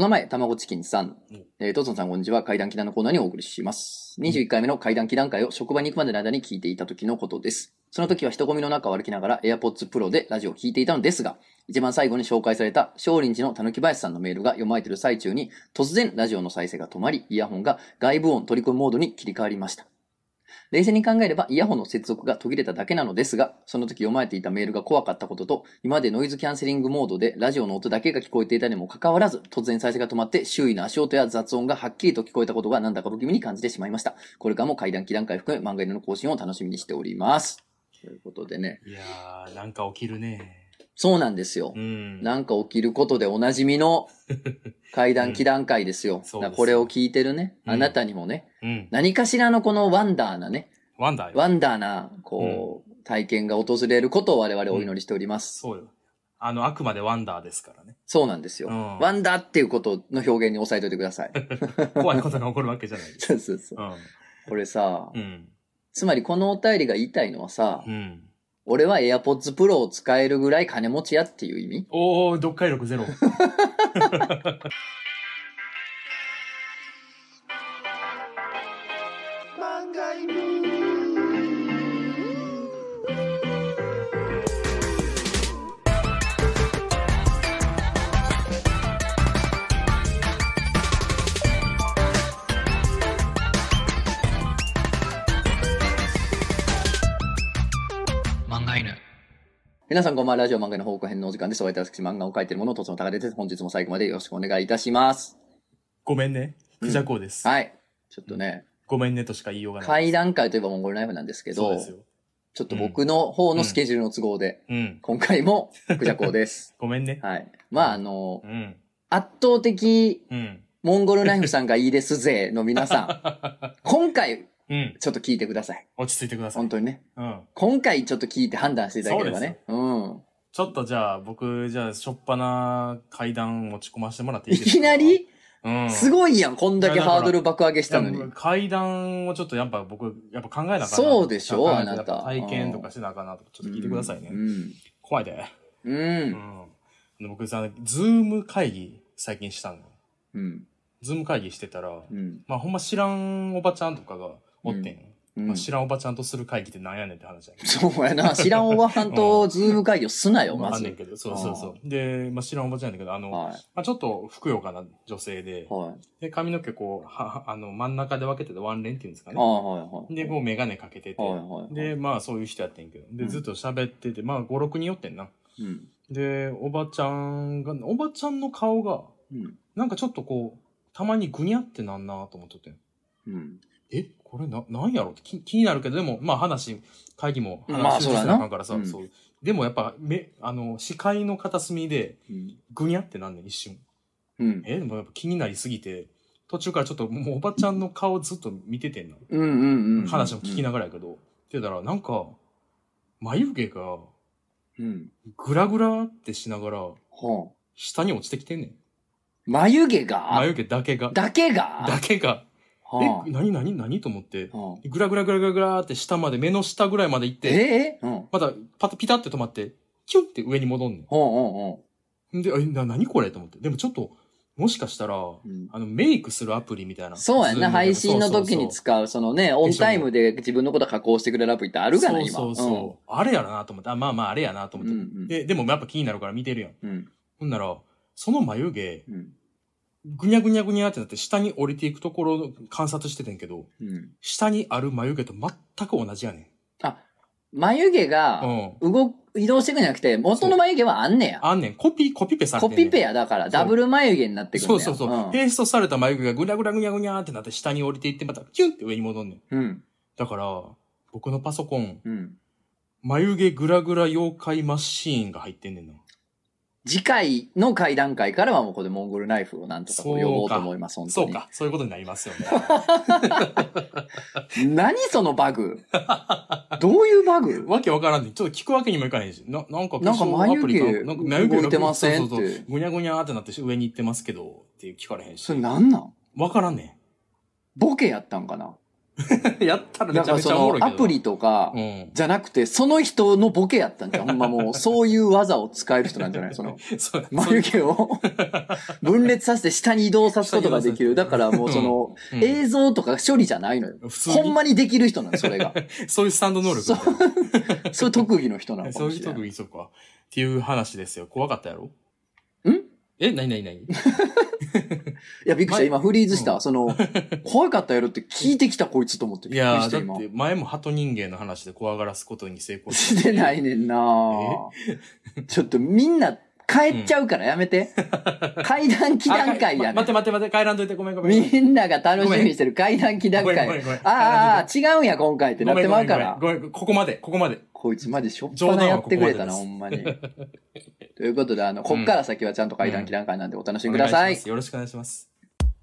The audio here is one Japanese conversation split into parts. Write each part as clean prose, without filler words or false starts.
名前、たまごチキンさん。トツンさんこんにちは。怪談祈談のコーナーにお送りします。21回目の怪談祈談会を職場に行くまでの間に聞いていた時のことです。その時は人混みの中を歩きながら AirPods Pro でラジオを聞いていたのですが、一番最後に紹介された少林寺のたぬき林さんのメールが読まれている最中に、突然ラジオの再生が止まり、イヤホンが外部音取り込むモードに切り替わりました。冷静に考えればイヤホンの接続が途切れただけなのですが、その時読まれていたメールが怖かったことと、今までノイズキャンセリングモードでラジオの音だけが聞こえていたにもかかわらず、突然再生が止まって周囲の足音や雑音がはっきりと聞こえたことがなんだか不気味に感じてしまいました。これからも怪談祈談会含め漫画犬の更新を楽しみにしております。ということでね。 いやー、なんか起きるね。 そうなんですよ。なんか起きることでおなじみの怪談祈談会ですよ。だからこれを聞いてるね、あなたにもね、何かしらのこのワンダーなね、ワンダーな、体験が訪れることを我々お祈りしております。 そうよ。あくまでワンダーですからね。 そうなんですよ。ワンダーっていうことの表現に押さえといてください。 怖いことが起こるわけじゃないです。 そう。これさ、つまりこのお便りが言いたいのはさ、俺は AirPods Pro を使えるぐらい金持ちやっていう意味？ おー、読解力ゼロ。 皆さんこんばんは。ラジオ漫画の方向編のお時間です。お相手は私漫画を描いている者、とつのたかです。本日も最後までよろしくお願いいたします。 ごめんね。クジャコウです。 はい。ちょっとね。 ごめんねとしか言いようがない。 怪談会といえばモンゴルナイフなんですけど、 そうですよ。 ちょっと僕の方のスケジュールの都合で、今回もクジャコウです。 ごめんね。 はい。まあ圧倒的、モンゴルナイフさんがいいですぜの皆さん、今回、ちょっと聞いてください。 落ち着いてください。 本当にね。今回ちょっと聞いて判断していただければね。 ちょっとじゃあ僕、しょっぱな階段持ち込ませてもらっていいですか？ いきなり？すごいやん。こんだけハードル爆上げしたのに。 階段をちょっとやっぱ僕、考えなあかんな。 そうでしょあなた。 体験とかしなあかんなとか、ちょっと聞いてくださいね。怖いで。僕さ、ズーム会議最近したの。ズーム会議してたら、まあほんま知らんおばちゃんとかがおってん。まあ、知らんおばちゃんとする会議ってなんやねんって話だけど。 そうやな。知らんおばはんとズーム会議をすなよ、まず。 あんねんけど、そう。で、まあ知らんおばちゃんやねんけど、まあちょっとふくよかな女性で、で、髪の毛こう、真ん中で分けててワンレンっていうんですかね。で、こうメガネかけてて、で、まあそういう人やってんけど、で、ずっと喋ってて、まあ5、6人おってんな。で、おばちゃんの顔が、なんかちょっとこう、たまにぐにゃってなんなと思っとってん。これなんやろって気になるけど、でも、まあ会議も話しなあかんからさ、そう。でもやっぱ、視界の片隅で、ぐにゃってなんねん、一瞬。でもやっぱ気になりすぎて、途中からちょっともうおばちゃんの顔ずっと見ててんの。話も聞きながらやけど。って言ったら、なんか、眉毛が、グラグラってしながら、下に落ちてきてんねん。 眉毛が？ 眉毛だけが。 だけが何と思って、グラグラって下まで、目の下ぐらいまで行って、またピタって止まって、キュンって上に戻んねん。で、何これと思って。でもちょっと、もしかしたら、メイクするアプリみたいな。 そうやな、配信の時に使う、そのね、オンタイムで自分のこと加工してくれるアプリってあるがな、今。 そう。あれやろなと思って、まああれやなと思って。でもやっぱ気になるから見てるやん。ほんなら、その眉毛、ぐにゃってなって下に降りていくところを観察しててんけど、下にある眉毛と全く同じやねん。 あ、眉毛が移動していくんじゃなくて、元の眉毛はあんねや。 あんねん。コピペされてんねん。 コピペやだから、ダブル眉毛になってくるんだよ。 そう。ペーストされた眉毛がぐにゃってなって下に降りていってまたキュンって上に戻んねん。だから、僕のパソコン、眉毛グラグラ妖怪マシーンが入ってんねんな。 次回の会談会からはもうここでモンゴルナイフをなんとか呼ぼうと思います、本当に。 そうか、そういうことになりますよね。 何そのバグどういうバグわけわからんねん。ちょっと聞くわけにもいかないし。なんか眉毛動いてませんって。 ぐにゃぐにゃってなって上に行ってますけど、って聞かれへんし。 それなんなんわからんねん。 ボケやったんかなやったらめちゃめちゃおもろいけど。 アプリとか、じゃなくて、その人のボケやったんじゃん。ほんまもう、そういう技を使える人なんじゃない眉毛を分裂させて下に移動さすことができる。だからもう映像とか処理じゃないのよ。ほんまにできる人なの、それが。 そういうスタンド能力。 そういう特技の人なのかもしれない。 そういう特技、そうか。っていう話ですよ。怖かったやろ？なにいや、びっくりした。今フリーズした。怖かったやろって聞いてきたこいつと思って。 いやだって前も鳩人間の話で怖がらすことに成功してないねんなちょっとみんな帰っちゃうからやめて。階段祈願会やね。 待って、帰らんといて、ごめん。 みんなが楽しみにしてる階段祈願会。違うんや、今回ってなってまうから。 ごめん、ここまで。 こいつマジしょっぱなやってくれたな、ほんまに。ということで、こっから先はちゃんと階段祈願会なんでお楽しみください。 よろしくお願いします。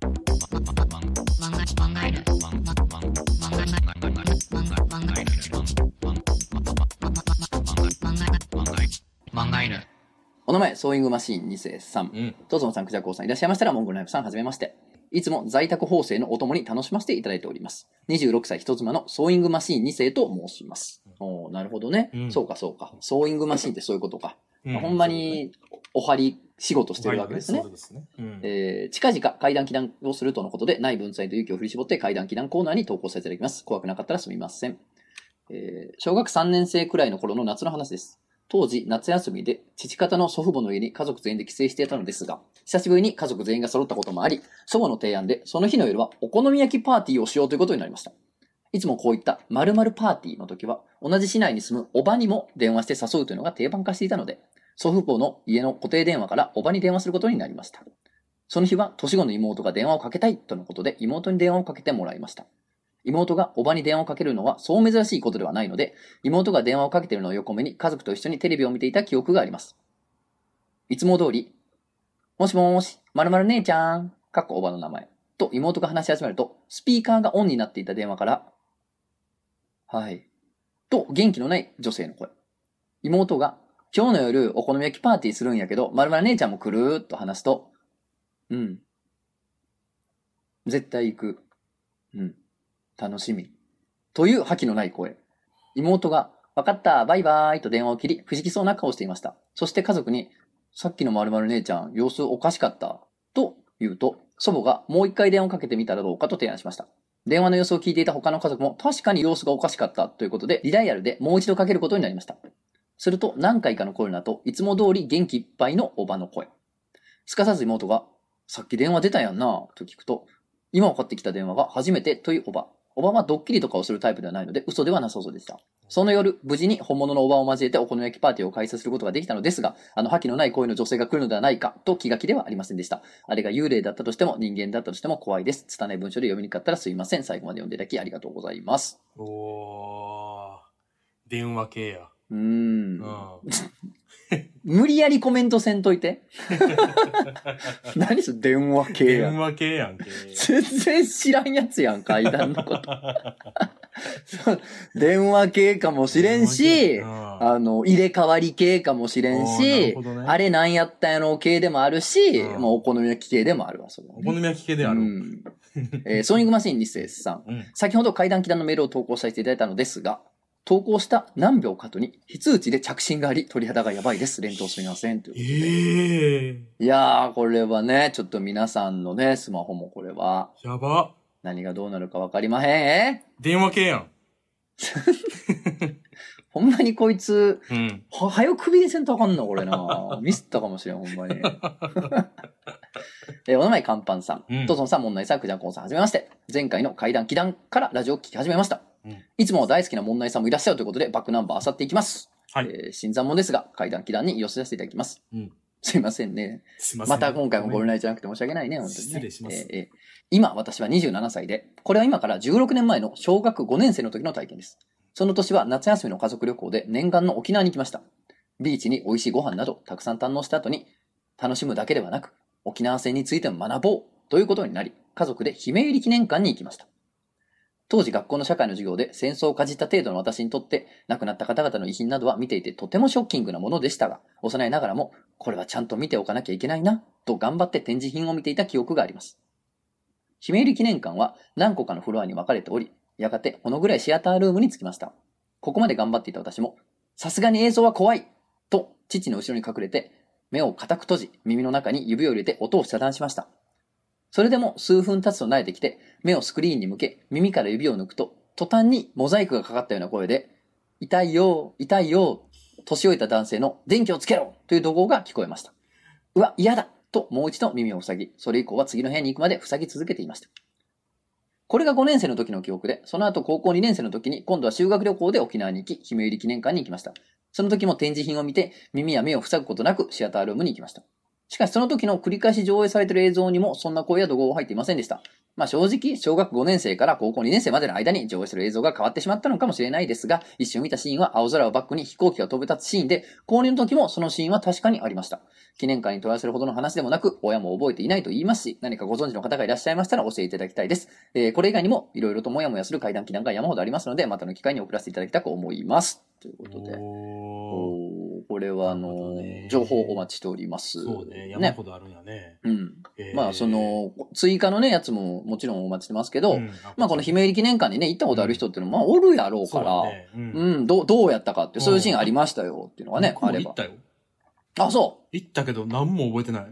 お名前、ソーイングマシーン2世さん。トゾンさん、クジャコウさんいらっしゃいましたら、モンゴルナイフさん、はじめまして。いつも在宅縫製のお供に楽しませていただいております。26歳人妻のソーイングマシーン2世と申します。なるほどね。そうか。ソーイングマシーンってそういうことか。ほんまに、お針仕事してるわけですね。近々階段祈願をするとのことで、内文才と勇気を振り絞って階段祈願コーナーに投稿させていただきます。怖くなかったらすみません。小学3年生くらいの頃の夏の話です。当時、夏休みで父方の祖父母の家に家族全員で帰省していたのですが、久しぶりに家族全員が揃ったこともあり、祖母の提案で、その日の夜はお好み焼きパーティーをしようということになりました。いつもこういった〇〇パーティーの時は、同じ市内に住むおばにも電話して誘うというのが定番化していたので、祖父母の家の固定電話からおばに電話することになりました。その日は年子の妹が電話をかけたいとのことで、妹に電話をかけてもらいました。妹がおばに電話をかけるのはそう珍しいことではないので、妹が電話をかけているのを横目に家族と一緒にテレビを見ていた記憶があります。いつも通り、もしもーし、〇〇姉ちゃん、おばの名前、と妹が話し始めると、スピーカーがオンになっていた電話から、はい、と元気のない女性の声。妹が、今日の夜お好み焼きパーティーするんやけど、〇〇姉ちゃんも来ると話すと、絶対行く。楽しみ。という覇気のない声。妹が、わかった、バイバーイと電話を切り、不思議そうな顔をしていました。そして家族に、さっきの〇〇姉ちゃん、様子おかしかった。と言うと、祖母がもう一回電話をかけてみたらどうかと提案しました。電話の様子を聞いていた他の家族も確かに様子がおかしかったということで、リダイヤルでもう一度かけることになりました。すると何回かの声の後、いつも通り元気いっぱいのおばの声。すかさず妹が、さっき電話出たやんなと聞くと、今分かってきた電話が初めてというおば。おばはドッキリとかをするタイプではないので嘘ではなさそうでした。その夜、無事に本物のおばを交えてお好み焼きパーティーを開催することができたのですが、覇気のない声の女性が来るのではないかと気が気ではありませんでした。あれが幽霊だったとしても人間だったとしても怖いです。拙い文章で読みにくかったらすいません。最後まで読んでいただきありがとうございます。 電話系や。 無理やりコメントせんといて。何それ電話系やん。 電話系やんけ。 全然知らんやつやん、階段のこと。電話系かもしれんし、入れ替わり系かもしれんし、あれなんやったんやろ系でもあるし、もうお好み焼き系でもあるわ、それ、 お好み焼き系である。 ソーニングマシーン2世さん。先ほど階段祈願のメールを投稿させていただいたのですが、投稿した何秒か後に非通知で着信があり、鳥肌がやばいです。連投すみません。ということで。いやー、これはね、ちょっと皆さんのね、スマホもこれは。 やば。 何がどうなるかわかりまへん。 電話系やん。 ほんまにこいつ、はよ首にせんとあかんな、これな。ミスったかもしれん、ほんまに。お名前、カンパンさん。トソンさん、モンナイさん、クジャンコンさん、はじめまして。前回の階段祈願からラジオを聞き始めました。いつも大好きなモンナイさんもいらっしゃるということで、バックナンバー漁っていきます。新参者ですが、階段祈願に寄せさせていただきます。すいませんね。また今回もご連絡じゃなくて申し訳ないね、本当に、ね。 失礼します。 今、私は27歳で、これは今から16年前の小学5年生の時の体験です。その年は夏休みの家族旅行で念願の沖縄に行きました。ビーチに美味しいご飯などたくさん堪能した後に、楽しむだけではなく、沖縄戦についても学ぼうということになり、家族でひめゆり記念館に行きました。当時学校の社会の授業で戦争をかじった程度の私にとって亡くなった方々の遺品などは見ていてとてもショッキングなものでしたが、幼いながらもこれはちゃんと見ておかなきゃいけないなと頑張って展示品を見ていた記憶があります。ひめゆり記念館は何個かのフロアに分かれており、 やがて、このぐらいシアタールームに着きました。ここまで頑張っていた私も、さすがに映像は怖いと、父の後ろに隠れて、目を固く閉じ、耳の中に指を入れて音を遮断しました。それでも数分経つと慣れてきて、目をスクリーンに向け、耳から指を抜くと、途端にモザイクがかかったような声で、痛いよ、痛いよ、年老いた男性の電気をつけろという怒号が聞こえました。うわ、嫌だともう一度耳を塞ぎ、それ以降は次の部屋に行くまで塞ぎ続けていました。これが5年生の時の記憶で、その後高校2年生の時に今度は修学旅行で沖縄に行き、ひめゆり記念館に行きました。その時も展示品を見て、耳や目を塞ぐことなくシアタールームに行きました。しかしその時の繰り返し上映されている映像にもそんな声や怒号は入っていませんでした。正直、小学5年生から高校2年生までの間に上映する映像が変わってしまったのかもしれないですが、一瞬見たシーンは青空をバックに飛行機が飛び立つシーンで、高2の時もそのシーンは確かにありました。記念館に問い合わせるほどの話でもなく、親も覚えていないと言いますし、何かご存知の方がいらっしゃいましたら教えていただきたいです。これ以外にも色々ともやもやする怪談祈談が山ほどありますので、またの機会に送らせていただきたく思います。ということで。これは情報お待ちしております。 そうね、山ほどあるんやね。 うん。追加のね、やつももちろんお待ちしてますけど、このひめゆり記念館にね、行ったことある人っていうのも、おるやろうから、どうやったかって、そういうシーンありましたよっていうのがね、あれば。 行ったよ。 あ、そう。 行ったけど何も覚えてない。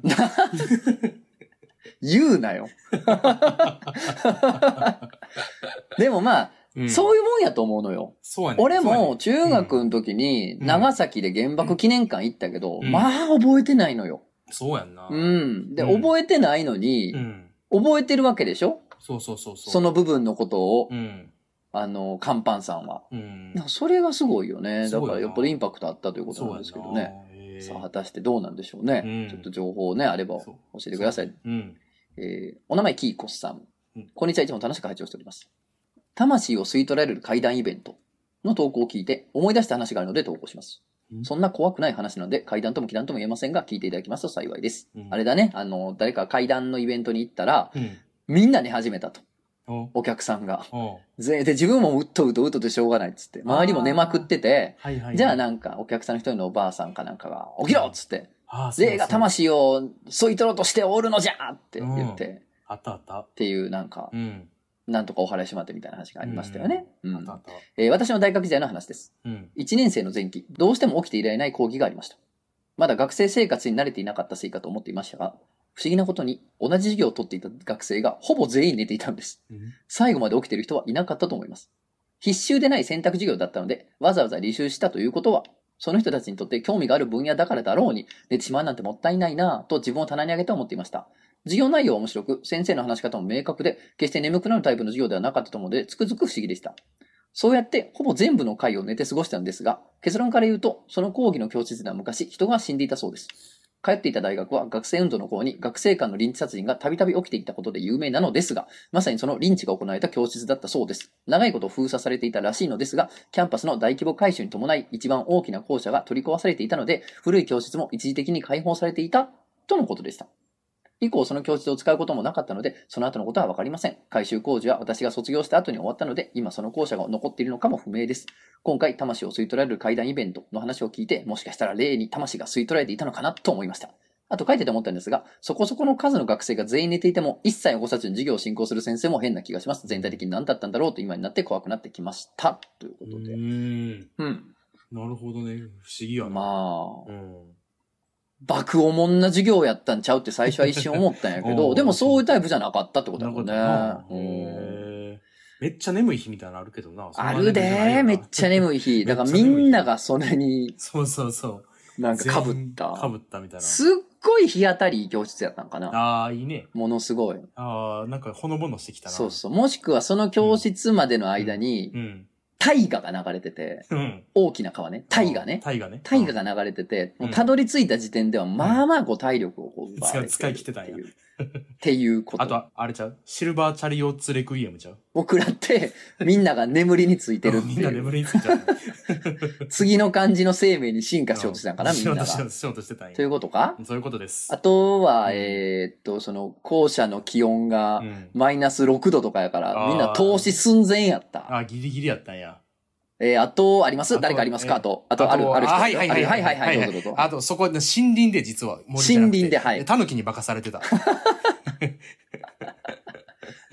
言うなよ。でもそういうもんやと思うのよ。 そうやね。 俺も中学の時に長崎で原爆記念館行ったけど、覚えてないのよ。 そうやんな。 で、覚えてないのに、覚えてるわけでしょ？ そう。 その部分のことを、カンパンさんは。それがすごいよね。だからやっぱりインパクトあったということなんですけどね。さあ、果たしてどうなんでしょうね。ちょっと情報ね、あれば教えてください。お名前キーコスさん。こんにちは、いつも楽しく拝聴しております。魂を吸い取られる怪談イベントの投稿を聞いて思い出した話があるので投稿します。そんな怖くない話なので怪談とも奇談とも言えませんが聞いていただきますと幸いです。あれだね、誰か怪談のイベントに行ったら、みんな寝始めたと。お客さんが。で、自分もうっとでしょうがないっつって。周りも寝まくってて、じゃあなんかお客さんの一人のおばあさんかなんかが起きろっつって、霊が魂を吸い取ろうとしておるのじゃって言って、 あったっていうなんか、なんとかお祓いしまってみたいな話がありましたよね。私の大学時代の話です。1年生の前期、どうしても起きていられない講義がありました。まだ学生生活に慣れていなかったせいかと思っていましたが、不思議なことに同じ授業を取っていた学生がほぼ全員寝ていたんです。最後まで起きている人はいなかったと思います。必修でない選択授業だったので、わざわざ履修したということは、その人たちにとって興味がある分野だからだろうに、寝てしまうなんてもったいないなぁと自分を棚に上げて思っていました。授業内容は面白く、先生の話し方も明確で、決して眠くなるタイプの授業ではなかったと思うので、つくづく不思議でした。そうやって、ほぼ全部の回を寝て過ごしたんですが、結論から言うと、その講義の教室では昔、人が死んでいたそうです。通っていた大学は学生運動の頃に学生間のリンチ殺人がたびたび起きていたことで有名なのですが、まさにそのリンチが行われた教室だったそうです。長いこと封鎖されていたらしいのですが、キャンパスの大規模改修に伴い一番大きな校舎が取り壊されていたので、古い教室も一時的に開放されていたとのことでした。以降その教室を使うこともなかったので、その後のことはわかりません。改修工事は私が卒業した後に終わったので、今その校舎が残っているのかも不明です。今回、魂を吸い取られる怪談イベントの話を聞いて、もしかしたら霊に魂が吸い取られていたのかなと思いました。あと書いてて思ったんですが、そこそこの数の学生が全員寝ていても、一切起こさずに授業を進行する先生も変な気がします。全体的に何だったんだろうと今になって怖くなってきました。ということで。 なるほどね。不思議やな。 爆おもんな授業やったんちゃうって最初は一瞬思ったんやけど、でもそういうタイプじゃなかったってことだもんね。 めっちゃ眠い日みたいなのあるけどな。 あるでめっちゃ眠い日。だからみんながそれに、なんか被ったみたいな。 すっごい日当たりいい教室やったんかな。 ああ、いいね。 ものすごい。 なんかほのぼのしてきたな。 そうそう。もしくはその教室までの間に、大河が流れてて、大きな川ね。大河が流れてて、たどり着いた時点では、まあまあ体力を使い切ってたんや。 っていうこと。 あとは、あれちゃうシルバーチャリオッツレクイエムちゃうを食らって、みんなが眠りについてるっていう。 みんな眠りについちゃう。 次の感じの生命に進化しようとしてたんかな、みんなが。 しようとしてたんや。 ということか？ そういうことです。 あとは、その、校舎の気温が、マイナス6度とかやから、みんな投資寸前やった。 ギリギリやったんや。 あと、あります誰かありますかあと、ある人。 はい、 どうぞ。 あと、そこ、森林で実は、 森林で、はい。 タヌキに化かされてた。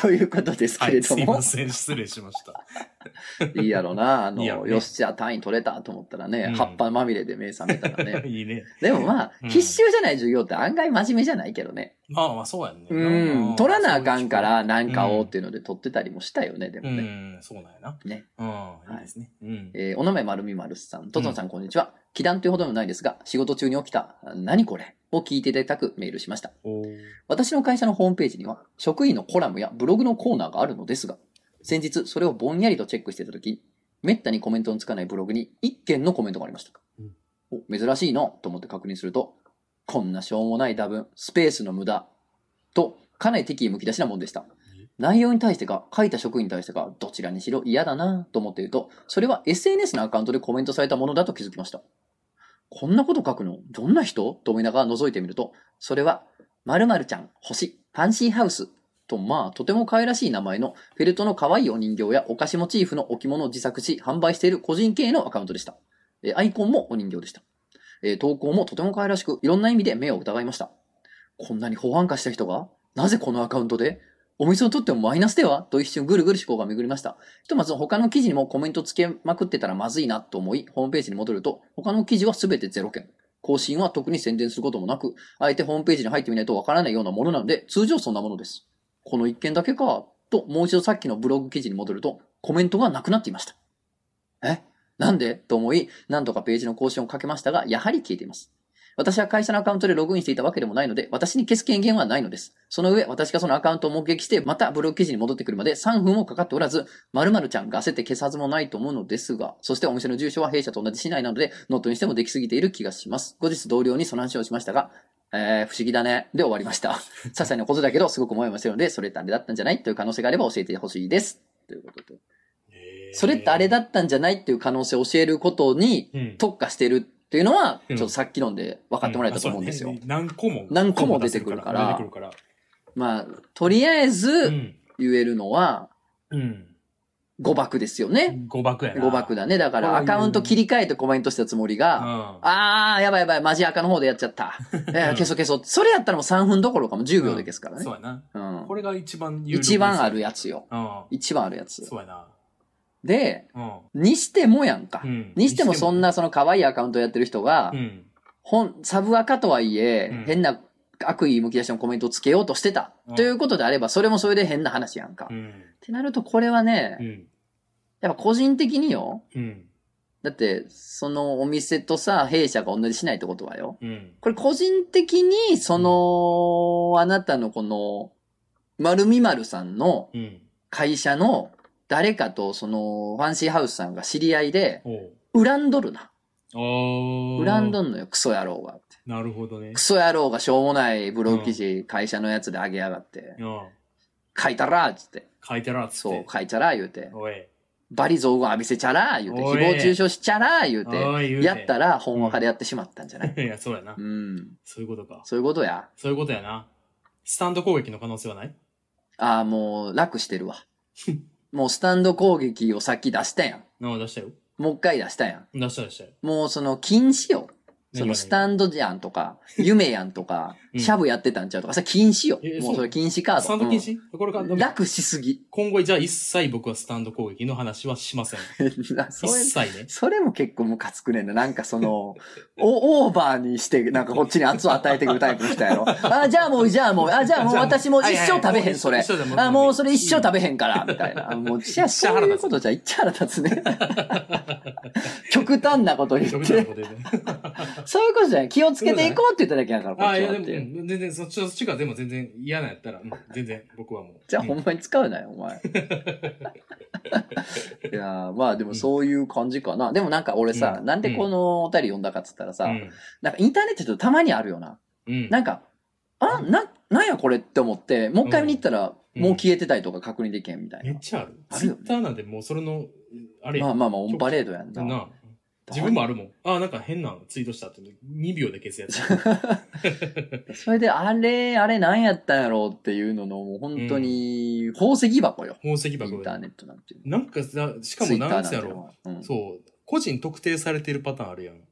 ということですけれども。 はい、すいません、失礼しました。 いいやろな、よし、じゃあ単位取れたと思ったらね、葉っぱまみれで目覚めたらね。 いいね。 でもまあ、必修じゃない授業って案外真面目じゃないけどね。 まあまあ、そうやね。 取らなあかんからなんかをっていうので取ってたりもしたよね、でもね。 そうなんやな。 ね。 いいですね。 お名前まるみまるさん、とつのさんこんにちは。気団というほどでもないですが、仕事中に起きた、何これを聞いていただきたくメールしました。私の会社のホームページには、職員のコラムやブログのコーナーがあるのですが、先日それをぼんやりとチェックしていたとき、めったにコメントのつかないブログに1件のコメントがありました。珍しいのと思って確認すると、こんなしょうもない多分、スペースの無駄と、かなり敵意むき出しなもんでした。内容に対してか、書いた職員に対してか、どちらにしろ嫌だなと思っていると、それは SNS のアカウントでコメントされたものだと気づきました。こんなこと書くのどんな人と思いながら覗いてみると、それは、〇〇ちゃん、星、ファンシーハウスと、とても可愛らしい名前のフェルトの可愛いお人形やお菓子モチーフの置物を自作し、販売している個人経営のアカウントでした。アイコンもお人形でした。投稿もとても可愛らしく、いろんな意味で目を疑いました。こんなに法案化した人が、なぜこのアカウントでお店を取ってもマイナスではと一瞬ぐるぐる思考が巡りました。ひとまず他の記事にもコメントつけまくってたらまずいなと思い、ホームページに戻ると、他の記事はすべて0件。更新は特に宣伝することもなく、あえてホームページに入ってみないとわからないようなものなので、通常そんなものです。この1件だけか、ともう一度さっきのブログ記事に戻ると、コメントがなくなっていました。なんでと思い、何とかページの更新をかけましたが、やはり消えています。私は会社のアカウントでログインしていたわけでもないので、私に消す権限はないのです。その上、私がそのアカウントを目撃して、またブログ記事に戻ってくるまで3分もかかっておらず、〇〇ちゃんが焦って消すはずもないと思うのですが、そしてお店の住所は弊社と同じ市内なので、ノートにしてもできすぎている気がします。後日同僚にその話をしましたが、不思議だね。で終わりました。些細なことだけど、すごく思いましたので、それってあれだったんじゃないという可能性があれば教えてほしいです。ということで。それってあれだったんじゃないっていう可能性を教えることに特化してるっていうのは、ちょっとさっきので分かってもらえたと思うんですよ。 何個も出てくるから。まあ、とりあえず言えるのは、誤爆ですよね。 誤爆やな。 誤爆だね。だからアカウント切り替えてコメントしたつもりが、やばいやばい、マジアカの方でやっちゃった。消そう消そう。それやったらもう3分どころかも10秒で消すからね。 そうやな。これが一番あるやつよ。一番あるやつ。 そうやな。 で、にしてもやんか。にしてもそんなその可愛いアカウントやってる人が、サブアカとはいえ、変な悪意むき出しのコメントをつけようとしてた。ということであれば、それもそれで変な話やんか。ってなると、これはね、やっぱ個人的によ。だって、そのお店とさ、弊社が同じしないってことはよ。これ個人的に、あなたのこの、丸みまるさんの会社の、誰かとファンシーハウスさんが知り合いで、恨んどるな。恨んどんのよ、クソ野郎が。 なるほどね。 クソ野郎がしょうもないブログ記事、会社のやつで上げやがって。書いたらーっつって。 書いたらーっつって。 そう、書いちゃらー言うて。バリ造語浴びせちゃらー言うて。誹謗中傷しちゃらー言うて。やったら、本話でやってしまったんじゃない？ いや、そうやな。そういうことか。 そういうことや。 そういうことやな。スタンド攻撃の可能性はない？ もう、楽してるわ。もうスタンド攻撃をさっき出したやん。 出したよ。 もう一回出したやん。 出したよ。 もう禁止よ。スタンドじゃんとか、夢やんとか、シャブやってたんちゃうとか、禁止よ。もうそれ禁止カード。 スタンド禁止？これから楽しすぎ。 今後じゃあ一切僕はスタンド攻撃の話はしません。一切ね。 それも結構ムカつくねんな。なんかオーバーにして、なんかこっちに圧を与えてくるタイプの人やろ。じゃあもう私もう一生食べへん、それ。もうそれ一生食べへんから、みたいな。もう、そういうことじゃいっちゃ腹立つね。極端なこと言って。そういうことじゃない。気をつけていこうって言っただけやから、こっちは。 いや、でも、全然、そっちがでも全然嫌なんやったら、全然、僕はもう。 じゃあ、ほんまに使うなよ、お前。いやまあでもそういう感じかな。でもなんか俺さ、なんでこのお便り読んだかっつったらさ、なんかインターネットでたまにあるよな。なんか、なんやこれって思って、もう一回見に行ったら、もう消えてたりとか確認できへんみたいな。 めっちゃある。ツイッターなんでもうそれの、あれやまあ、オンパレードやんな。 自分もあるもん。なんか変なツイートしたって2秒で消すやつ。 それであれ何やったんやろうっていうのの、もう本当に、宝石箱よ。 宝石箱。 インターネットなんていう。 なんかしかもなんつやろう。そう。個人特定されてるパターンあるやん。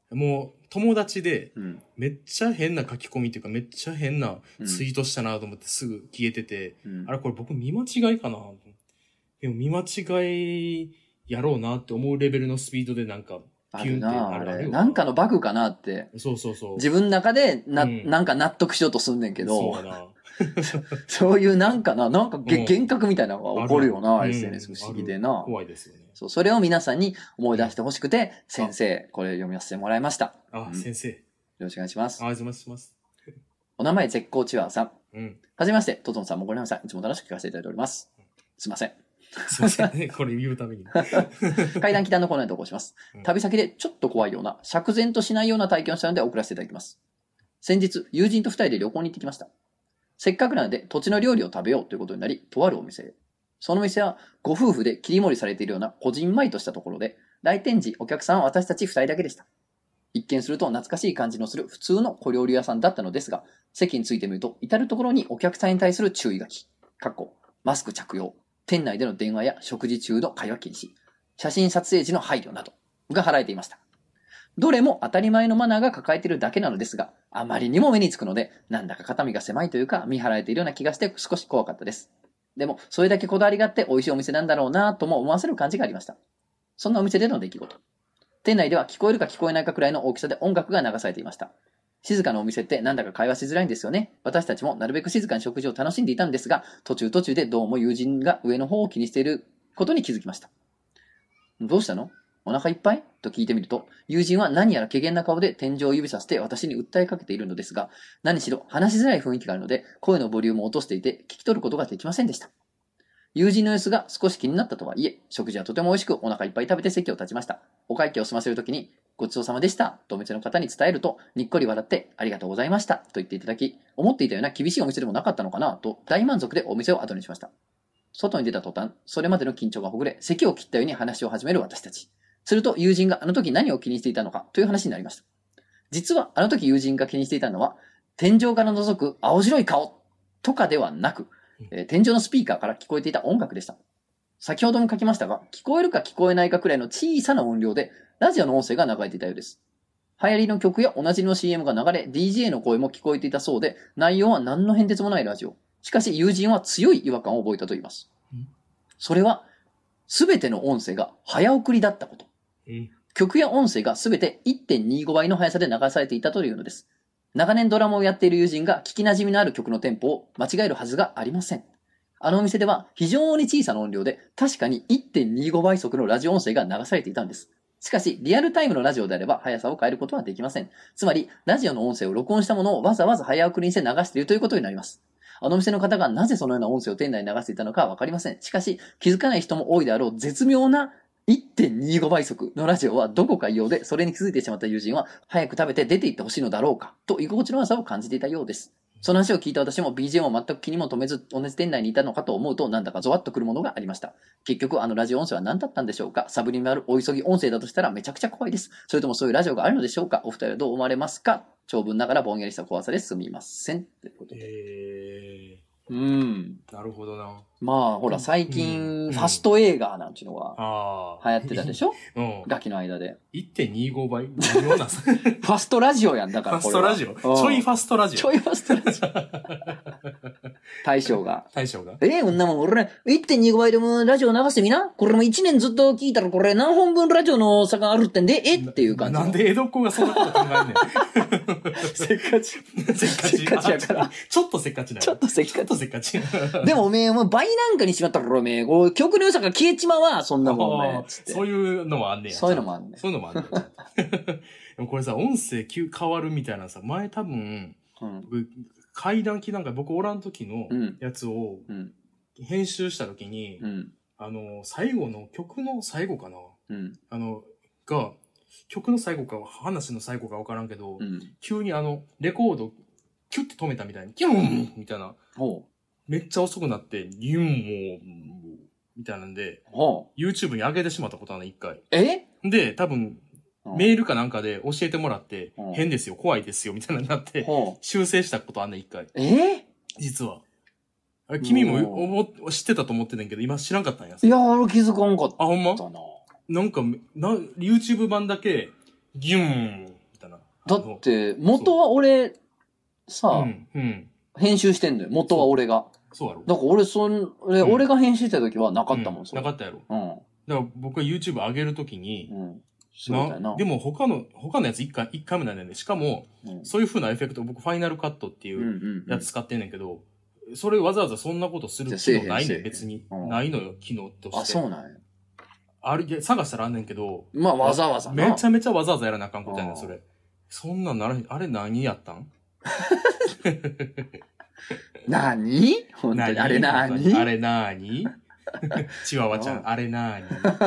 もう友達で、めっちゃ変な書き込みっていうか、めっちゃ変なツイートしたなと思ってすぐ消えてて、あれこれ僕見間違いかな？でも見間違いやろうなって思うレベルのスピードでなんか、 ピュンってあれなんかのバグかなって。 そうそうそう。 自分の中でなんか納得しようとすんねんけど。そうだな。そういうなんか幻覚みたいなのが起こるよな、SNS 不思議でな。 怖いですよね。 そう、それを皆さんに思い出してほしくて、先生、これ読みさせてもらいました。 先生。よろしくお願いします。 お願いします。 お名前、絶好チワワさん。はじめまして、トトンさんもごめんなさい。いつも楽しく聞かせていただいております。すいません。 すいませんね。これ言うために。 階段北のコーナーに投稿します。旅先でちょっと怖いような、釈然としないような体験をしたので送らせていただきます。先日、友人と二人で旅行に行ってきました。せっかくなので土地の料理を食べようということになり、とあるお店へ。その店はご夫婦で切り盛りされているようなこじんまりとしたところで、来店時お客さんは私たち二人だけでした。一見すると懐かしい感じのする普通の小料理屋さんだったのですが、席についてみると至るところにお客さんに対する注意書き、マスク着用、店内での電話や食事中の会話禁止、写真撮影時の配慮などが貼られていました。どれも当たり前のマナーが抱えているだけなのですが、あまりにも目につくので、なんだか肩身が狭いというか見張られているような気がして少し怖かったです。でも、それだけこだわりがあって美味しいお店なんだろうなぁとも思わせる感じがありました。そんなお店での出来事。店内では聞こえるか聞こえないかくらいの大きさで音楽が流されていました。静かなお店ってなんだか会話しづらいんですよね。私たちもなるべく静かに食事を楽しんでいたんですが、途中でどうも友人が上の方を気にしていることに気づきました。どうしたの？お腹いっぱい？と聞いてみると、友人は何やら怪げな顔で天井を指さして私に訴えかけているのですが、何しろ話しづらい雰囲気があるので、声のボリュームを落としていて聞き取ることができませんでした。友人の様子が少し気になったとはいえ、食事はとても美味しくお腹いっぱい食べて席を立ちました。お会計を済ませるときに、ごちそうさまでしたとお店の方に伝えると、にっこり笑ってありがとうございましたと言っていただき、思っていたような厳しいお店でもなかったのかなと大満足でお店を後にしました。外に出た途端、それまでの緊張がほぐれ、席を切ったように話を始める私たち。すると友人があの時何を気にしていたのかという話になりました。実はあの時友人が気にしていたのは、天井から覗く青白い顔とかではなく、天井のスピーカーから聞こえていた音楽でした。先ほども書きましたが、聞こえるか聞こえないかくらいの小さな音量で、ラジオの音声が流れていたようです。流行りの曲やおなじみの CM が流れ、DJ の声も聞こえていたそうで、内容は何の変哲もないラジオ。しかし友人は強い違和感を覚えたと言います。それは、すべての音声が早送りだったこと。曲や音声がすべて 1.25 倍の速さで流されていたというのです。長年ドラマをやっている友人が聞き馴染みのある曲のテンポを間違えるはずがありません。あのお店では非常に小さな音量で確かに 1.25 倍速のラジオ音声が流されていたんです。しかしリアルタイムのラジオであれば速さを変えることはできません。つまりラジオの音声を録音したものをわざわざ早送りにして流しているということになります。あのお店の方がなぜそのような音声を店内に流していたのかはわかりません。しかし気づかない人も多いであろう絶妙な1.25 倍速のラジオはどこか異様で、それに気づいてしまった友人は早く食べて出て行ってほしいのだろうかと居心地の悪さを感じていたようです。その話を聞いた私も BGM を全く気にも留めず同じ店内にいたのかと思うとなんだかゾワッとくるものがありました。結局あのラジオ音声は何だったんでしょうか？サブリミナルお急ぎ音声だとしたらめちゃくちゃ怖いです。それともそういうラジオがあるのでしょうか？お二人はどう思われますか？長文ながらぼんやりした怖さですみません。ということで。 なるほどな。 まあ、ほら、最近、ファスト映画なんていうのが流行ってたでしょ？ガキの間で。 1.25 倍何ようなファストラジオやん、だからこれ。ファストラジオちょいファストラジオ。 ちょいファストラジオ。大将が。こんなもん、俺、1.25 倍でもラジオ流してみな。これも1年ずっと聞いたら、これ何本分ラジオの差があるってんで、っていう感じ。 なんで江戸っ子がそんなこと考えんねん。 せっかち。 せっかちやから。ちょっとせっかちなの。 ちょっとせっかち。でもおめえ、倍なんかにしまったら、おめえ、曲の良さが消えちまうわ、そんなもん、おめえ。 そういうのもあんねや。 そういうのもあんね。 でもこれさ、音声変わるみたいなさ、前多分、階段機なんか僕おらん時のやつを編集した時に、最後の曲の最後かな、曲の最後か話の最後か分からんけど、急にレコードキュッて止めたみたいに、キュンみたいな。めっちゃ遅くなって、ギュンもみたいなんで、YouTube に上げてしまったことはね、一回。で、多分、メールかなんかで教えてもらって、変ですよ、怖いですよ、みたいなになって、修正したことあんねん、一回。実は。君も知ってたと思ってたんけど、今知らんかったんや。 いや、気づかんかった。 あ、ほんま？なんか、YouTube 版だけ、ギュン、 だって、元は俺、さ、編集してんのよ。元は俺が。 そうやろ。 だから俺が編集した時はなかったもん、 なかったやろ。だから僕が YouTube 上げるときに、でも他のやつ一回目なんだよね。しかも、そういう風なエフェクト、僕ファイナルカットっていうやつ使ってんねんけど、それわざわざそんなことする機能ないねん、別に。ないのよ、機能として。 あ、そうなんや。 あれ、探したらあんねんけど。 まあ、わざわざめちゃめちゃわざわざやらなあかんことやねん、それ。そんなんならへん。あれ何やったん何本当に。あれ何あれ何チワワちゃん、あれ何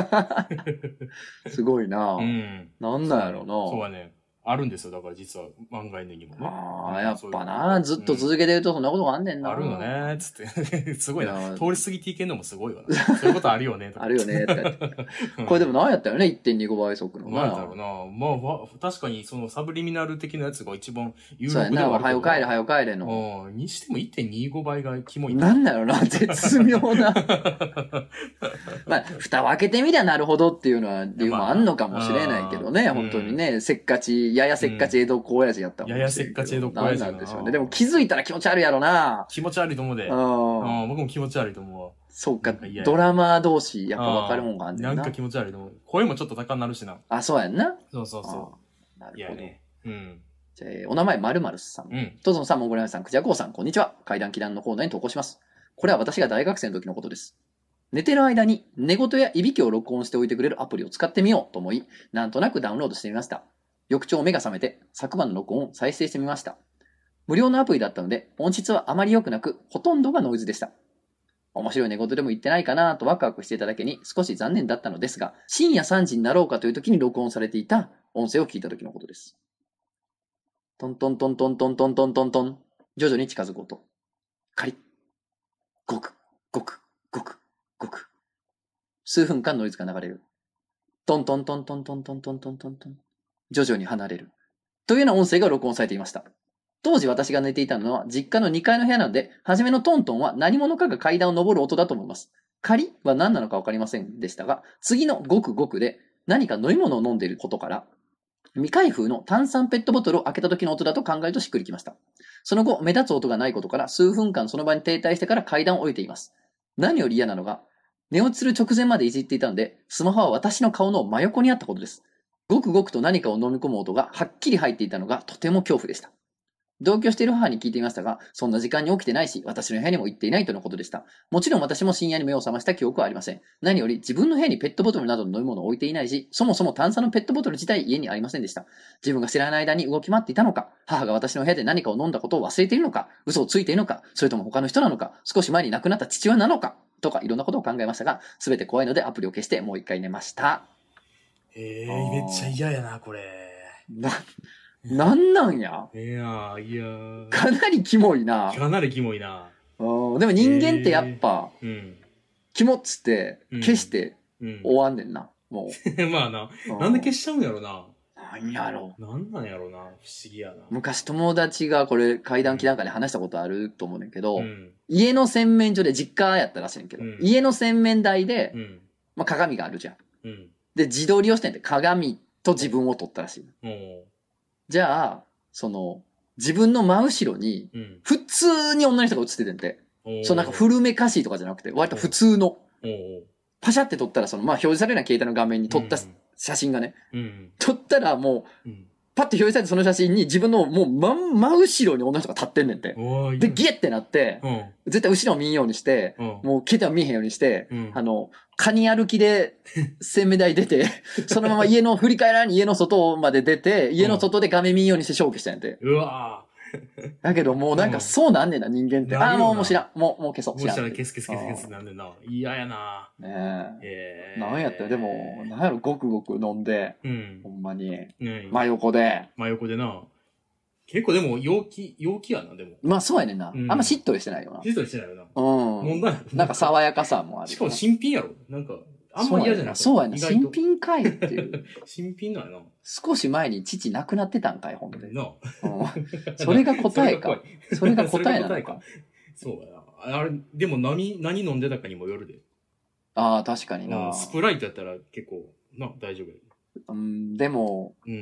すごいななんなんやろなそうはね。あるんですよ。だから実は漫画犬にもね。 ああ、やっぱな、ずっと続けてるとそんなことがあんねんな。 あるよね、つって。すごいな。通り過ぎていけんのもすごいわな。そういうことあるよね。 あるよね、これでも何やったよね、1.25 倍速の。 何やったろうな。まあ、確かにそのサブリミナル的なやつが一番有力ではある。そうやな、はよ帰れ、はよ帰れの。 にしても 1.25 倍がキモい。 なんだろうな、絶妙な。まあ、蓋を開けてみりゃなるほどっていうのは理由もあんのかもしれないけどね、本当にね、せっかち、ややせっかち江戸っ子親父やったもん。 ややせっかち江戸っ子親父なんでしょうね。でも気づいたら気持ち悪いやろな。 気持ち悪いと思うで。僕も気持ち悪いと思うわ。 そうか、ドラマ同士、やっぱ分かるもんがあんねんな。 なんか気持ち悪いと思う。声もちょっと高になるしな。 あ、そうやんな。 そうそうそう。 なるほど。いやね。 じゃあ、お名前、〇〇さん。トゾンさん、モンゴリアンさん、クジャコウさん、こんにちは。怪談祈談のコーナーに投稿します。これは私が大学生の時のことです。寝てる間に寝言やいびきを録音しておいてくれるアプリを使ってみようと思い、なんとなくダウンロードしてみました。翌朝目が覚めて昨晩の録音を再生してみました。無料のアプリだったので音質はあまり良くなく、ほとんどがノイズでした。面白い寝言でも言ってないかなとワクワクしていただけに少し残念だったのですが、深夜3時になろうかという時に録音されていた音声を聞いた時のことです。トントントントントントントントントン。徐々に近づく音。カリッ。ゴク、ゴク、ゴク。ごく。数分間ノイズが流れる。トントントントントントントントントントン。徐々に離れる。というような音声が録音されていました。当時私が寝ていたのは実家の2階の部屋なので、初めのトントンは何者かが階段を登る音だと思います。カリは何なのかわかりませんでしたが、次のゴクゴクで何か飲み物を飲んでいることから、未開封の炭酸ペットボトルを開けた時の音だと考えるとしっくりきました。その後、目立つ音がないことから数分間その場に停滞してから階段を降りています。何より嫌なのが、寝落ちする直前までいじっていたので、スマホは私の顔の真横にあったことです。ごくごくと何かを飲み込む音がはっきり入っていたのがとても恐怖でした。同居している母に聞いてみましたが、そんな時間に起きてないし、私の部屋にも行っていないとのことでした。もちろん私も深夜に目を覚ました記憶はありません。何より自分の部屋にペットボトルなどの飲み物を置いていないし、そもそも炭酸のペットボトル自体家にありませんでした。自分が知らない間に動き回っていたのか、母が私の部屋で何かを飲んだことを忘れているのか、嘘をついているのか、それとも他の人なのか、少し前に亡くなった父親なのか、とかいろんなことを考えましたが、すべて怖いのでアプリを消してもう一回寝ました。 めっちゃ嫌やな、これ。 なんなんや。 いやかなりキモいな。 かなりキモいな。 でも人間ってやっぱ、キモっつって消して終わんねんな。もう。まあな。なんで消しちゃうんやろな。 なんやろ。 なんなんやろな。不思議やな。 昔友達がこれ怪談期なんかで話したことあると思うねんけど、家の洗面所で実家やったらしいねんけど、家の洗面台で、まあ、鏡があるじゃん。で、自撮りをしてんで鏡と自分を撮ったらしい。じゃあ、自分の真後ろに、普通に女の人が映っててんて。なんか古めかしいとかじゃなくて、割と普通の。パシャって撮ったら、まあ表示されない携帯の画面に撮った写真がね。撮ったらもう、パッと表示されたその写真に自分のもう真後ろに女の人が立ってんねんて。で、ギエってなって、絶対後ろを見んようにして、もう携帯を見えへんようにして、カニ歩きで洗面台出て、そのまま家の振り返らに家の外まで出て、家の外で画面見んようにして消去したんやて。 うわだけどもうなんかそうなんねんな、人間って。もう知らん。もう消そう。 もうしたら消すなんでな。嫌やな。 ねえ。なんやったらでも、なんやろ、ごくごく飲んで、ほんまに。真横で。 真横でな。結構でも陽気やな、でも。 まあそうやねんな。あんましっとりしてないよな。 しっとりしてないよな。 飲んだなんか爽やかさもある。 しかも新品やろ。なんか、あんま嫌じゃない。 そうやね。新品かいっていう。 新品なんやな。 少し前に父亡くなってたんかい、ほんで。なそれが答えか。それが答えなのか。 そうやな。あれ、でも何飲んでたかにもよるで。 ああ、確かにな。 スプライトやったら結構、大丈夫や。 でも、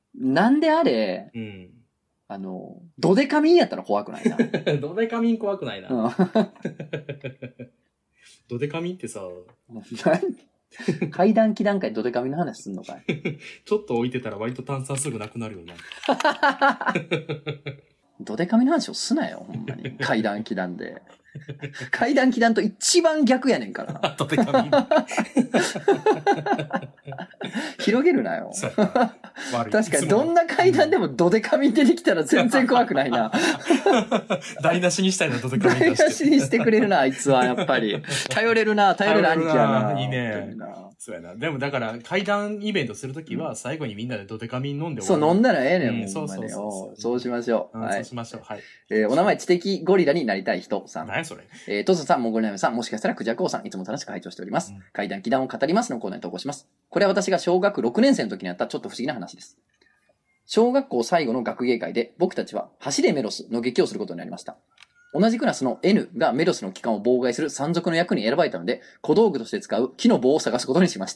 なんであれ、ドデカミンやったら怖くないな。 ドデカミン怖くないな。ドデカミンってさ、 階段期段階ドデカミンの話すんのかい。 ちょっと置いてたら割と炭酸すぐなくなるよな。 ドデカミンの話をすなよ、ほんまに。階段期段で。階段期段と一番逆やねんからな。 ドデカミン。 広げるなよ。 悪い。 確かにどんな階段でもドデカミン出てきたら全然怖くないな。 台無しにしたいな、ドデカミン台無しにしてくれるな、あいつはやっぱり。頼れるな、頼れる兄貴やな。 いいね。そうやな。でもだから階段イベントするときは最後にみんなでドデカミン飲んでそう、飲んだらええねん、もう。 そうしましょう。 そうしましょう。はい。 お名前、知的ゴリラになりたい人さん。 何それ。 トスさん、モンゴルナムさん、もしかしたらクジャコウさん、いつも楽しく拝聴しております。階段祈談を語りますのコーナーに投稿します。これは私が小学6年生の時にあったちょっと不思議な話です。小学校最後の学芸会で僕たちは走れメロスの劇をすることになりました。同じクラスの N がメロスの帰還を妨害する山賊の役に選ばれたので、小道具として使う木の棒を探すことにしました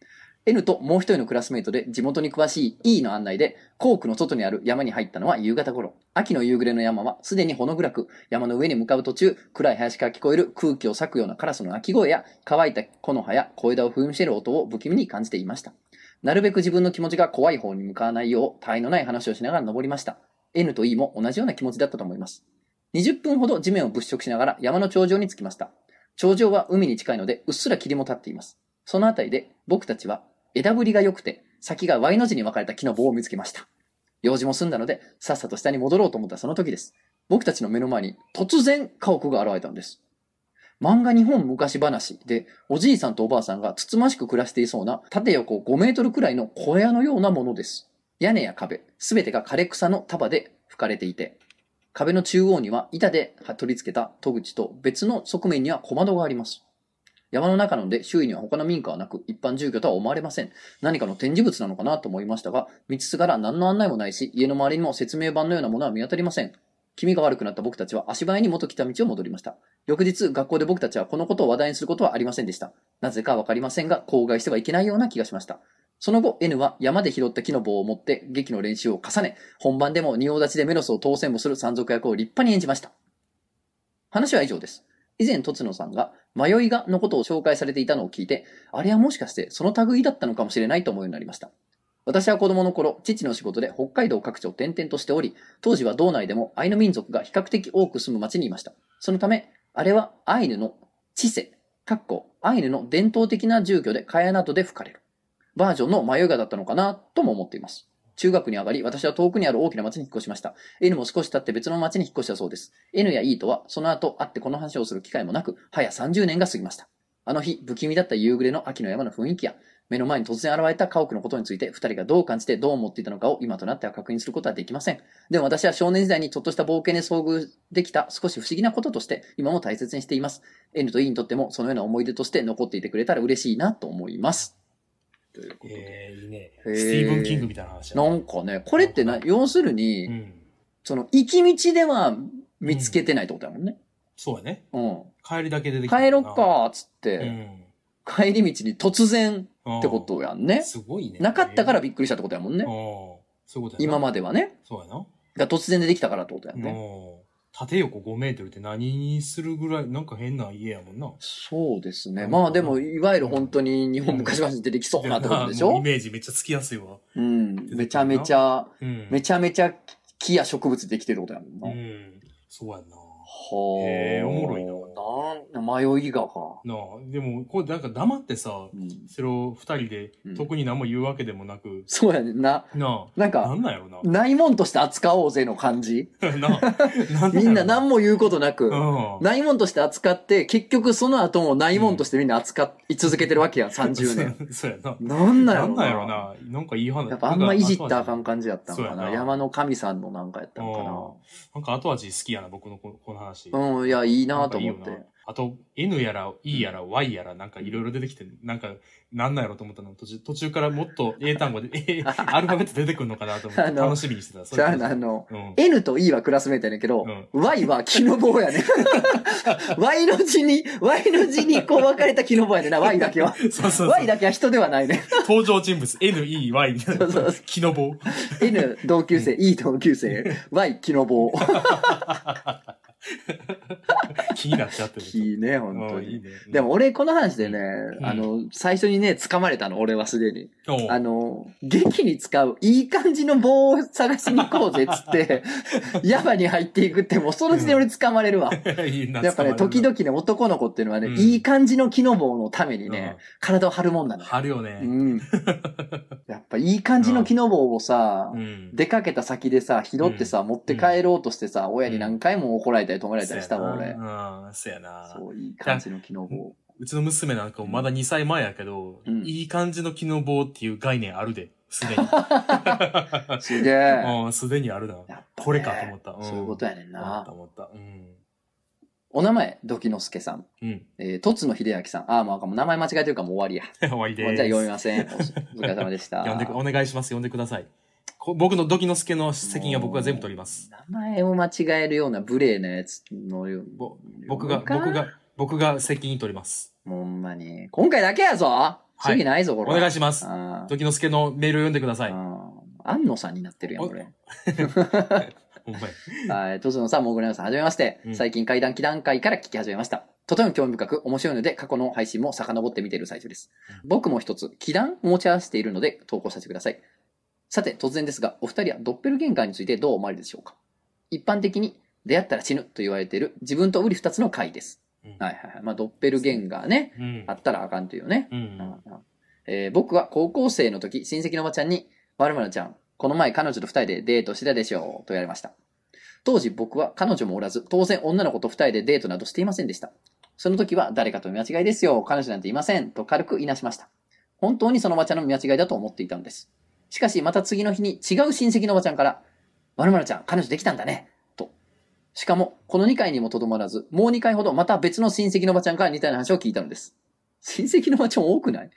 。N ともう一人のクラスメイトで地元に詳しい E の案内で校区の外にある山に入ったのは夕方頃。秋の夕暮れの山はすでにほの暗く、山の上に向かう途中、暗い林から聞こえる空気を裂くようなカラスの鳴き声や乾いた木の葉や小枝を踏みしめる音を不気味に感じていました。なるべく自分の気持ちが怖い方に向かわないよう、他愛のない話をしながら登りました。N と E も同じような気持ちだったと思います。20分ほど地面を物色しながら山の頂上に着きました。頂上は海に近いのでうっすら霧も立っています。そのあたりで僕たちは枝ぶりが良くて先が Y の字に分かれた木の棒を見つけました。用事も済んだのでさっさと下に戻ろうと思ったその時です。僕たちの目の前に突然家屋が現れたのです。漫画日本昔話でおじいさんとおばあさんがつつましく暮らしていそうな縦横5メートルくらいの小屋のようなものです。屋根や壁、すべてが枯れ草の束で拭かれていて、壁の中央には板で取り付けた戸口と別の側面には小窓があります。山の中なので周囲には他の民家はなく一般住居とは思われません。何かの展示物なのかなと思いましたが、道すがら何の案内もないし、家の周りにも説明板のようなものは見当たりません。気味が悪くなった僕たちは足早に元来た道を戻りました。翌日、学校で僕たちはこのことを話題にすることはありませんでした。なぜかわかりませんが、口外してはいけないような気がしました。その後、N は山で拾った木の棒を持って劇の練習を重ね、本番でも仁王立ちでメロスを当選もする山賊役を立派に演じました。話は以上です。以前、とつのさんが迷いがのことを紹介されていたのを聞いて、あれはもしかしてその類だったのかもしれないと思うようになりました。私は子供の頃、父の仕事で北海道各地を転々としており、当時は道内でもアイヌ民族が比較的多く住む町にいました。そのため、あれはアイヌの知性、アイヌの伝統的な住居で茅などで吹かれるバージョンの迷いがだったのかなとも思っています。中学に上がり、私は遠くにある大きな町に引っ越しました。N も少し経って別の町に引っ越したそうです。N や E とは、その後会ってこの話をする機会もなく、早30年が過ぎました。あの日、不気味だった夕暮れの秋の山の雰囲気や、目の前に突然現れた家屋のことについて、二人がどう感じてどう思っていたのかを今となっては確認することはできません。でも私は少年時代にちょっとした冒険に遭遇できた少し不思議なこととして、今も大切にしています。N と E にとってもそのような思い出として残っていてくれたら嬉しいなと思います。 いいね。スティーブン・キングみたいな話なんかね、これって要するに、その、行き道では見つけてないってことだもんね。 そうやね。 うん。 帰りだけ出てきた。 帰ろっかーっつって、帰り道に突然ってことやんね。 すごいね。 なかったからびっくりしたってことやもんね。 そういうことやな。 今まではね。 そうやな。 が突然出てきたからってことやんね。 縦横5メートルって何にするぐらい、なんか変な家やもんな。 そうですね。まあでも、いわゆる本当に日本昔話に出てきそうなってことでしょ、 イメージめっちゃつきやすいわ。 うん。めちゃめちゃ木や植物できてることやもんな。 そうやんな。 はあ。 おもろいな。 迷いがか。 なあ、でも、これなんか黙ってさ、それを二人で、特に何も言うわけでもなく。 そうやねんな。なんか、 なんなんやろな。 ないもんとして扱おうぜの感じ。みんな何も言うことなく、ないもんとして扱って、結局その後もないもんとしてみんな扱い続けてるわけやん、30年。 そうやな。 なんなんやろな。 なんなんやろな。なんかいい話。 やっぱあんまいじったらあかん感じやったんかな。山の神さんのなんかやったんかな。 なんか後味好きやな、僕のこの話。 いや、いいなと思って。 あと、N やら E やら Y やらなんかいろいろ出てきて、なんか、なんなんやろと思ったの。途中からもっと英単語で、アルファベット出てくるのかなと思って楽しみにしてた。 N と E はクラスメートやねんけど、Y は木の棒やねん。 Y の字にこう分かれた木の棒やねんな、Y だけは。 そうそう。 Y だけは人ではないね。 登場人物、NEY。そうそう。木の棒。 N 同級生、E 同級生、Y 木の棒。 気になっちゃってる。 気ね、本当に。 いいね。 でも俺この話でね、最初にね、掴まれたの、俺はすでに。劇に使ういい感じの棒を探しに行こうぜっつって、山に入っていくってもうその時点で俺掴まれるわ。やっぱね、時々ね、男の子っていうのはね、いい感じの木の棒のためにね、体を張るもんなの。 張るよね。 やっぱいい感じの木の棒をさ、出かけた先でさ、拾ってさ、持って帰ろうとしてさ、親に何回も怒られたり止められたりしたもん、俺。 そうやな。 そう、いい感じの木の棒。 うちの娘なんかもまだ2歳前やけど、いい感じの木の棒っていう概念あるで、すでに。 すげえ。 すでにあるな。これかと思った。 そういうことやねんな。 思った。 お名前、ドキノスケさん。とつの秀明さん。もう名前間違えてるからもう終わりや。 終わりでーす。 じゃあ読みません。お疲れ様でした。 お願いします。読んでください。僕のドキノスケの責任は僕が全部取ります。 名前を間違えるような無礼なやつのよう僕が責任取ります。 ほんまに。今回だけやぞ次ないぞ、これ。 お願いします。ドキノスケのメールを読んでください。 安野さんになってるやん、これ。 ほんまや。 はい。とつのさん、もぐらさん、はじめまして。最近怪談祈談会から聞き始めました。とても興味深く面白いので、過去の配信も遡って見ている最中です。僕も一つ、祈談を持ち合わせているので、投稿させてください。さて、突然ですが、お二人はドッペルゲンガーについてどう思われるでしょうか？一般的に、出会ったら死ぬと言われている自分と瓜二つの回です。はいはいはい。まあ、ドッペルゲンガーね。あったらあかんというね。僕は高校生の時、親戚のおばちゃんに、〇〇ちゃん、この前彼女と二人でデートしてたでしょう、と言われました。当時僕は彼女もおらず、当然女の子と二人でデートなどしていませんでした。その時は誰かと見間違いですよ、彼女なんていません、と軽く言いなしました。本当にそのおばちゃんの見間違いだと思っていたのです。しかしまた次の日に違う親戚のおばちゃんから、〇〇ちゃん、彼女できたんだね、と。しかも、この2回にもとどまらず、もう2回ほどまた別の親戚のおばちゃんから似たような話を聞いたのです。親戚のおばちゃん多くない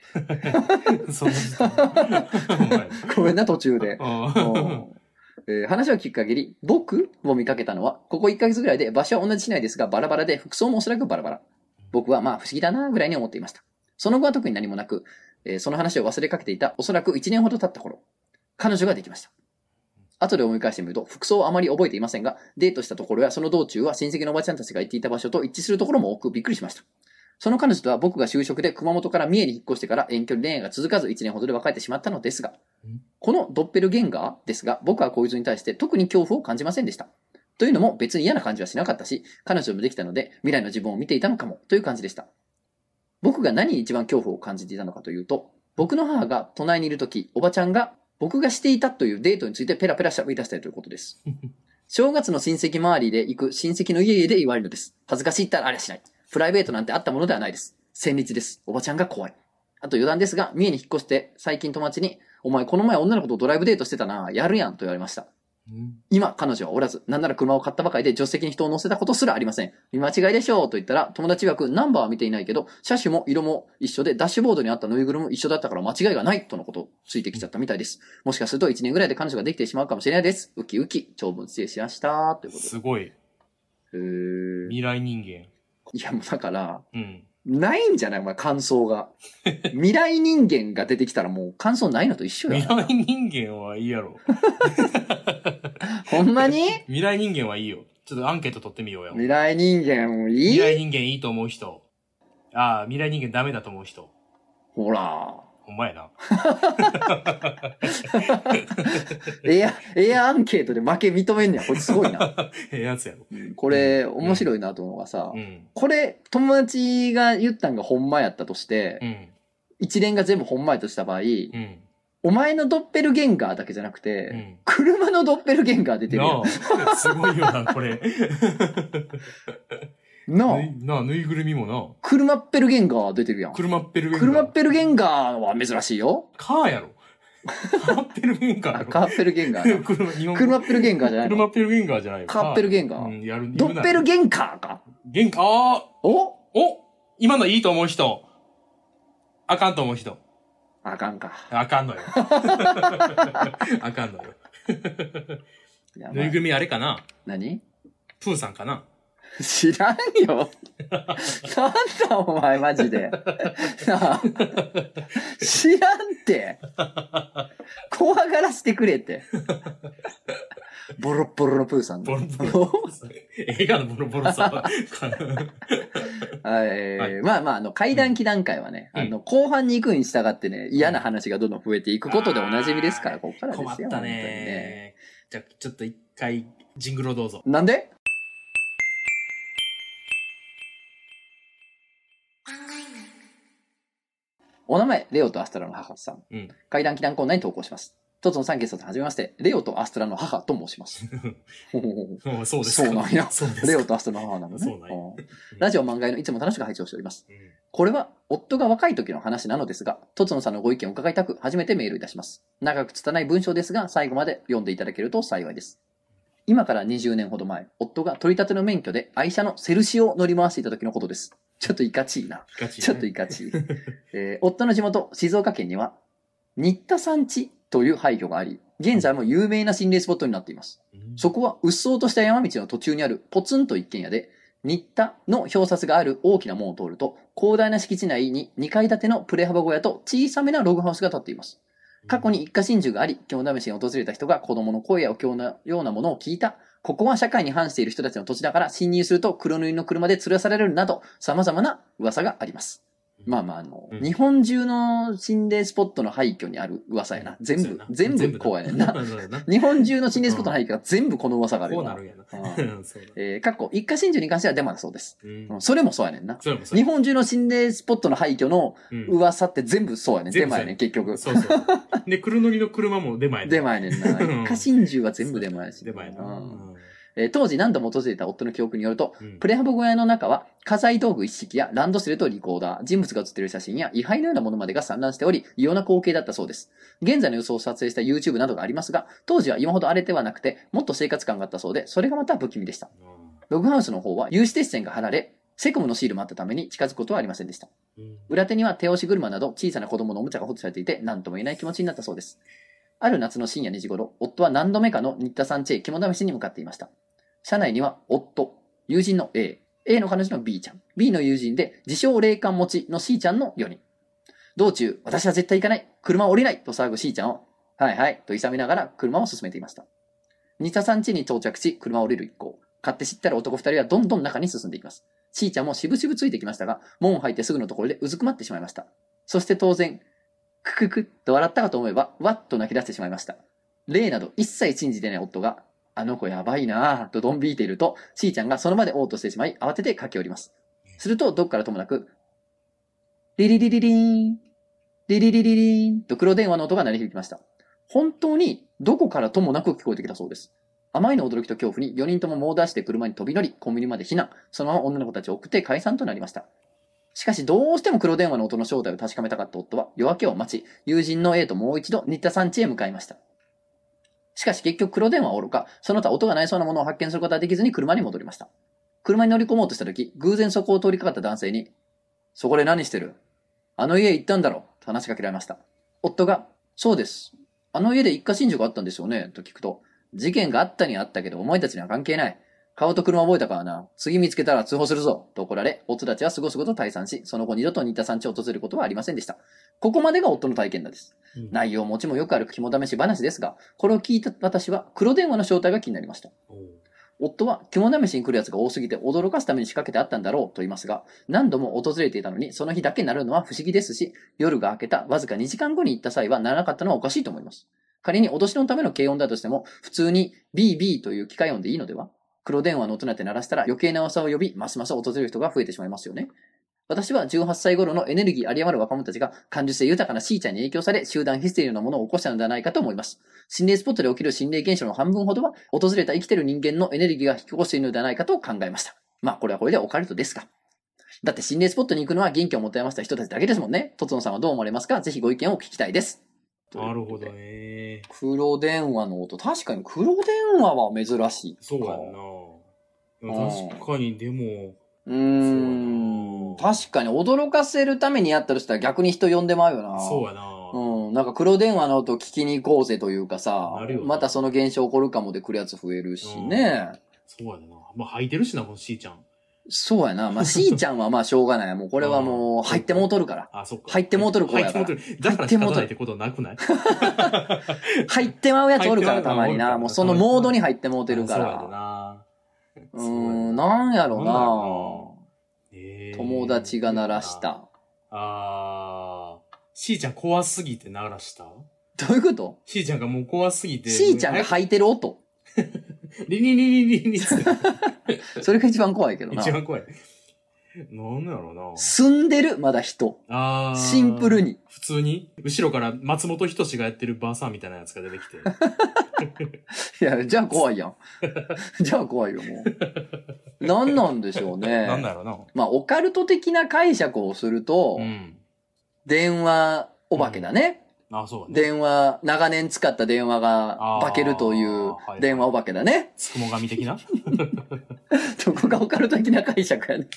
ごめんな、途中で。話を聞く限り、僕を見かけたのは、ここ1ヶ月ぐらいで場所は同じ市内ですがバラバラで、服装もおそらくバラバラ。僕はまあ不思議だなぐらいに思っていました。その後は特に何もなく、その話を忘れかけていた、おそらく1年ほど経った頃、彼女ができました。後で思い返してみると、服装はあまり覚えていませんが、デートしたところやその道中は親戚のおばちゃんたちが行っていた場所と一致するところも多くびっくりしました。その彼女とは僕が就職で熊本から三重に引っ越してから遠距離恋愛が続かず1年ほどで別れてしまったのですが、このドッペルゲンガーですが、僕はこいつに対して特に恐怖を感じませんでした。というのも別に嫌な感じはしなかったし、彼女もできたので未来の自分を見ていたのかもという感じでした。僕が何に一番恐怖を感じていたのかというと、僕の母が隣にいるとき、おばちゃんが僕がしていたというデートについてペラペラ喋り出したいということです。正月の親戚周りで行く親戚の家々で言われるのです。恥ずかしいったらありゃしない。プライベートなんてあったものではないです。戦慄です。おばちゃんが怖い。あと余談ですが、三重に引っ越して最近友達に、お前この前女の子とドライブデートしてたな、やるやんと言われました。今、彼女はおらず、なんなら車を買ったばかりで助手席に人を乗せたことすらありません。見間違いでしょうと言ったら、友達曰くナンバーは見ていないけど、車種も色も一緒で、ダッシュボードにあったぬいぐるみも一緒だったから間違いがないとのことついてきちゃったみたいです。もしかすると1年ぐらいで彼女ができてしまうかもしれないです。ウキウキ、長文失礼しました。ということで。 すごい。未来人間。 いや、もうだから、ないんじゃないお前、感想が。未来人間が出てきたらもう感想ないのと一緒や。 未来人間はいいやろ。 ほんまに未来人間はいいよ。ちょっとアンケート取ってみようよ。 未来人間もいい未来人間いいと思う人。ああ、未来人間ダメだと思う人。 ほら。 ほんまやな。 エアアンケートで負け認めんねや。これすごいな。 やつやろ。 これ、面白いなと思うのがさ、これ、友達が言ったんがほんまやったとして、一連が全部ほんまやとした場合、お前のドッペルゲンガーだけじゃなくて、車のドッペルゲンガー出てるよ。 すごいよな、これ。なあ、ぬいぐるみもな。 車ッペルゲンガー出てるやん。 車ッペルゲンガー。 車ッペルゲンガーは珍しいよ。 カーやろ。カーペルゲンガーやろ。 カーペルゲンガー。車ッペルゲンガーじゃないの。 車ッペルゲンガーじゃないよ。 カーペルゲンガー。ドッペルゲンカーか。お今のいいと思う人。あかんと思う人。 あかんか。 あかんのよ。あかんのよ。ぬいぐるみあれかな？ 何？ プーさんかな？ 知らんよ。なんだお前マジで。なあ知らんって。怖がらせてくれって。ボロッボロのプーさん。 ボロボロ。映画のボロボロさ。 まあまあ、怪談期段階はね、後半に行くに従ってね、嫌な話がどんどん増えていくことでおなじみですから、ここからですよ。 困ったね。じゃあ、ちょっと一回、ジングルをどうぞ。 なんでお名前、レオとアストラの母さん。怪談期談コーナーに投稿します。とつのさんゲストさんはじめまして、レオとアストラの母と申します。 そうです。 そうなんや。レオとアストラの母なのね。ラジオ漫画のいつも楽しく拝聴しております。これは夫が若い時の話なのですが、とつのさんのご意見を伺いたく初めてメールいたします。長く拙い文章ですが、最後まで読んでいただけると幸いです。今から20年ほど前、夫が取り立ての免許で愛車のセルシオを乗り回していた時のことです。ちょっといかちいな。ちょっといかちい。夫の地元、静岡県には、新田山地という廃墟があり、現在も有名な心霊スポットになっています。そこは、うっそうとした山道の途中にあるポツンと一軒家で、新田の表札がある大きな門を通ると、広大な敷地内に2階建てのプレハブ小屋と小さめなログハウスが建っています。過去に一家心中があり、肝試しに訪れた人が子供の声やお経のようなものを聞いた。ここは社会に反している人たちの土地だから侵入すると黒塗りの車で吊るされるなど様々な噂があります。まあまあ日本中の心霊スポットの廃墟にある噂やな。全部こうやねんな。日本中の心霊スポットの廃墟が全部この噂があるよな。こうなるやな。過去、一家心中に関してはデマだそうです。それもそうやねんな。日本中の心霊スポットの廃墟の噂って全部そうやねん。デマやねん、結局。 そうそう。で、黒塗りの車もデマやねん。 デマやねんな。一家心中は全部デマやし。 デマやな。 当時何度も訪れた夫の記憶によると、プレハブ小屋の中は家財道具一式やランドセルとリコーダー、人物が写っている写真や位牌のようなものまでが散乱しており、異様な光景だったそうです。現在の様子を撮影した YouTube などがありますが、当時は今ほど荒れてはなくて、もっと生活感があったそうで、それがまた不気味でした。ログハウスの方は有刺鉄線が貼られ、セコムのシールもあったために近づくことはありませんでした。裏手には手押し車など小さな子供のおもちゃが放置されていて、何とも言えない気持ちになったそうです。ある夏の深夜2時頃、夫は何度目かの新田山地へ肝試しに向かっていました。車内には夫、友人の A の彼女の B ちゃん、B の友人で自称霊感持ちの C ちゃんの4人。道中、私は絶対行かない、車を降りないと騒ぐ C ちゃんを、はいはいと勇みながら車を進めていました。新田さん家に到着し、車を降りる一行。買って知ったら男2人はどんどん中に進んでいきます。C ちゃんもしぶしぶついてきましたが、門を入ってすぐのところでうずくまってしまいました。そして当然、クククッと笑ったかと思えば、わっと泣き出してしまいました。霊など一切信じてない夫が、あの子やばいなぁとドン引いていると、C ちゃんがその場で嘔吐してしまい、慌てて駆け寄ります。すると、どっからともなく、リリリリリーン、リリリリリーンと黒電話の音が鳴り響きました。本当にどこからともなく聞こえてきたそうです。あまりの驚きと恐怖に4人とも猛ダッシュで車に飛び乗り、コンビニまで避難、そのまま女の子たちを送って解散となりました。しかしどうしても黒電話の音の正体を確かめたかった夫は夜明けを待ち、友人の A ともう一度新田さん家へ向かいました。しかし結局黒電話はおろか、その他音がないそうなものを発見することはできずに車に戻りました。車に乗り込もうとした時、偶然そこを通りかかった男性に、そこで何してる？あの家行ったんだろと話しかけられました。夫が、そうです。あの家で一家心中があったんですよねと聞くと、事件があったにはあったけど、お前たちには関係ない。顔と車覚えたからな。次見つけたら通報するぞ。と怒られ、夫たちはすごすごと退散し、その後二度と新田さん家を訪れることはありませんでした。ここまでが夫の体験談です。内容もちもよくある肝試し話ですが、これを聞いた私は黒電話の正体が気になりました。夫は肝試しに来るやつが多すぎて驚かすために仕掛けてあったんだろうと言いますが、何度も訪れていたのにその日だけなるのは不思議ですし、夜が明けたわずか2時間後に行った際はならなかったのはおかしいと思います。仮に脅しのための軽音だとしても、普通に BB という機械音でいいのでは？黒電話の音なんて鳴らしたら余計な噂を呼び、ますます訪れる人が増えてしまいますよね。私は18歳頃のエネルギー有り余る若者たちが感受性豊かな C ちゃんに影響され、集団ヒステリーのものを起こしたのではないかと思います。心霊スポットで起きる心霊現象の半分ほどは、訪れた生きている人間のエネルギーが引き起こしているのではないかと考えました。まあ、これはこれでオカルトですが。だって心霊スポットに行くのは元気を持て余した人たちだけですもんね。とつのさんはどう思われますか？ぜひご意見を聞きたいです。 なるほどね。 黒電話の音。確かに黒電話は珍しい。 そうやな。確かに、でも。 確かに驚かせるためにやったとしたら逆に人呼んでまうよな。 そうやな。 なんか黒電話の音聞きに行こうぜというかさ、またその現象起こるかもで来るやつ増えるしね。 そうやな。 まあ履いてるしな、このしーちゃん。 そうやな。まあ、しーちゃんはまあしょうがない。もうこれはもう入ってもうとるから。 あ、そっか。 入ってもうとる子やから。 だから仕方ないってことなくない？ 入ってまうやつおるからたまにな。もうそのモードに入ってもうてるから。そうやな。なんやろな。友達が鳴らした。 しーちゃん怖すぎて鳴らした？どういうこと？ しーちゃんがもう怖すぎて。 しーちゃんが吐いてる音。 リリリリリリそれが一番怖いけどな。 一番怖い。なんだろうな。 住んでる、まだ人。シンプルに。 普通に後ろから松本人志がやってるばあさんみたいなやつが出てきて。いや、じゃあ怖いやん。じゃあ怖いよ、もう。何なんでしょうね。 なんだろうな。 まあ、オカルト的な解釈をすると、電話お化けだね。 そうね。電話、長年使った電話が化けるという電話お化けだね。 つくも神的なそこがオカルト的な解釈やね。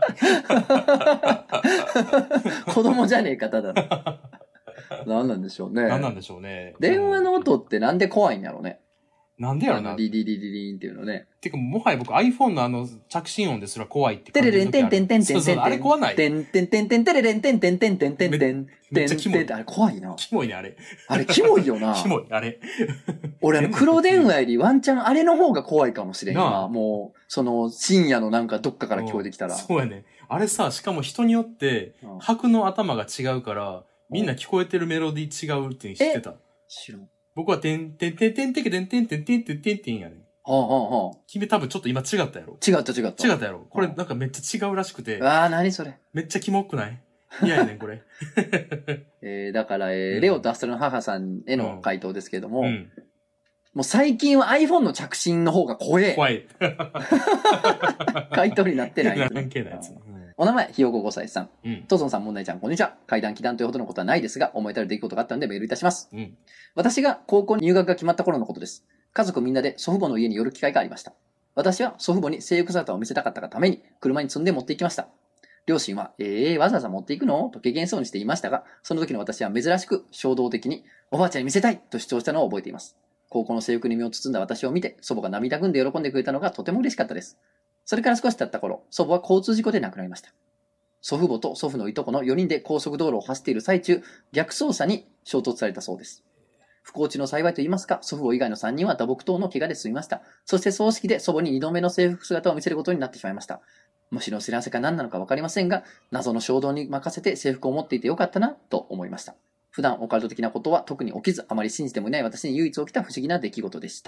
子供じゃねえか、ただ。何なんでしょうね。 何なんでしょうね。 電話の音ってなんで怖いんやろうね。 なんでやろな。 リリリリリンっていうのね。 てか、もはや僕 iPhone の着信音ですら怖いって感じ。 テレレンテンテンテンテンテン。 あれ怖ない。 テンテンテンテンテレレンテンテンテンテンテンテン。 めっちゃキモい。 あれ怖いな。 キモいね、あれ。 あれキモいよな。 キモい、あれ。 俺黒電話よりワンチャンあれの方が怖いかもしれんな。もう、深夜のなんかどっかから聞こえてきたら。 そうやね。あれさ、しかも人によって、拍の頭が違うから、みんな聞こえてるメロディー違うって知ってた？ 知らん。 僕はてんてんてんてんてけてんてんてんてんてんてんてんやねん。君多分ちょっと今違ったやろ？ 違ったやろ？これなんかめっちゃ違うらしくて。 何それ？ めっちゃキモくない？嫌やねん、これ。 だから、レオとアストロの母さんへの回答ですけれども、もう最近は iPhone の着信の方が怖い。回答になってない。 関係ないやつ。 お名前、ひよこ5歳さん。トゾンさん、もんないちゃん、こんにちは。怪談、奇談というほどのことはないですが、思い至る出来事があったのでメールいたします。私が高校に入学が決まった頃のことです。家族みんなで祖父母の家に寄る機会がありました。私は祖父母に制服姿を見せたかったがために、車に積んで持って行きました。両親は、わざわざ持っていくのと怪げそうにしていましたが、その時の私は珍しく衝動的に、おばあちゃんに見せたいと主張したのを覚えています。高校の制服に身を包んだ私を見て、祖母が涙ぐんで喜んでくれたのがとても嬉しかったです。それから少し経った頃、祖母は交通事故で亡くなりました。祖父母と祖父のいとこの4人で高速道路を走っている最中、逆走車に衝突されたそうです。不幸中の幸いと言いますか、祖父母以外の3人は打撲等の怪我で済みました。そして葬式で祖母に2度目の制服姿を見せることになってしまいました。むしろ知らせか何なのか分かりませんが、謎の衝動に任せて制服を持っていてよかったな、と思いました。普段オカルト的なことは特に起きず、あまり信じてもいない私に唯一起きた不思議な出来事でした。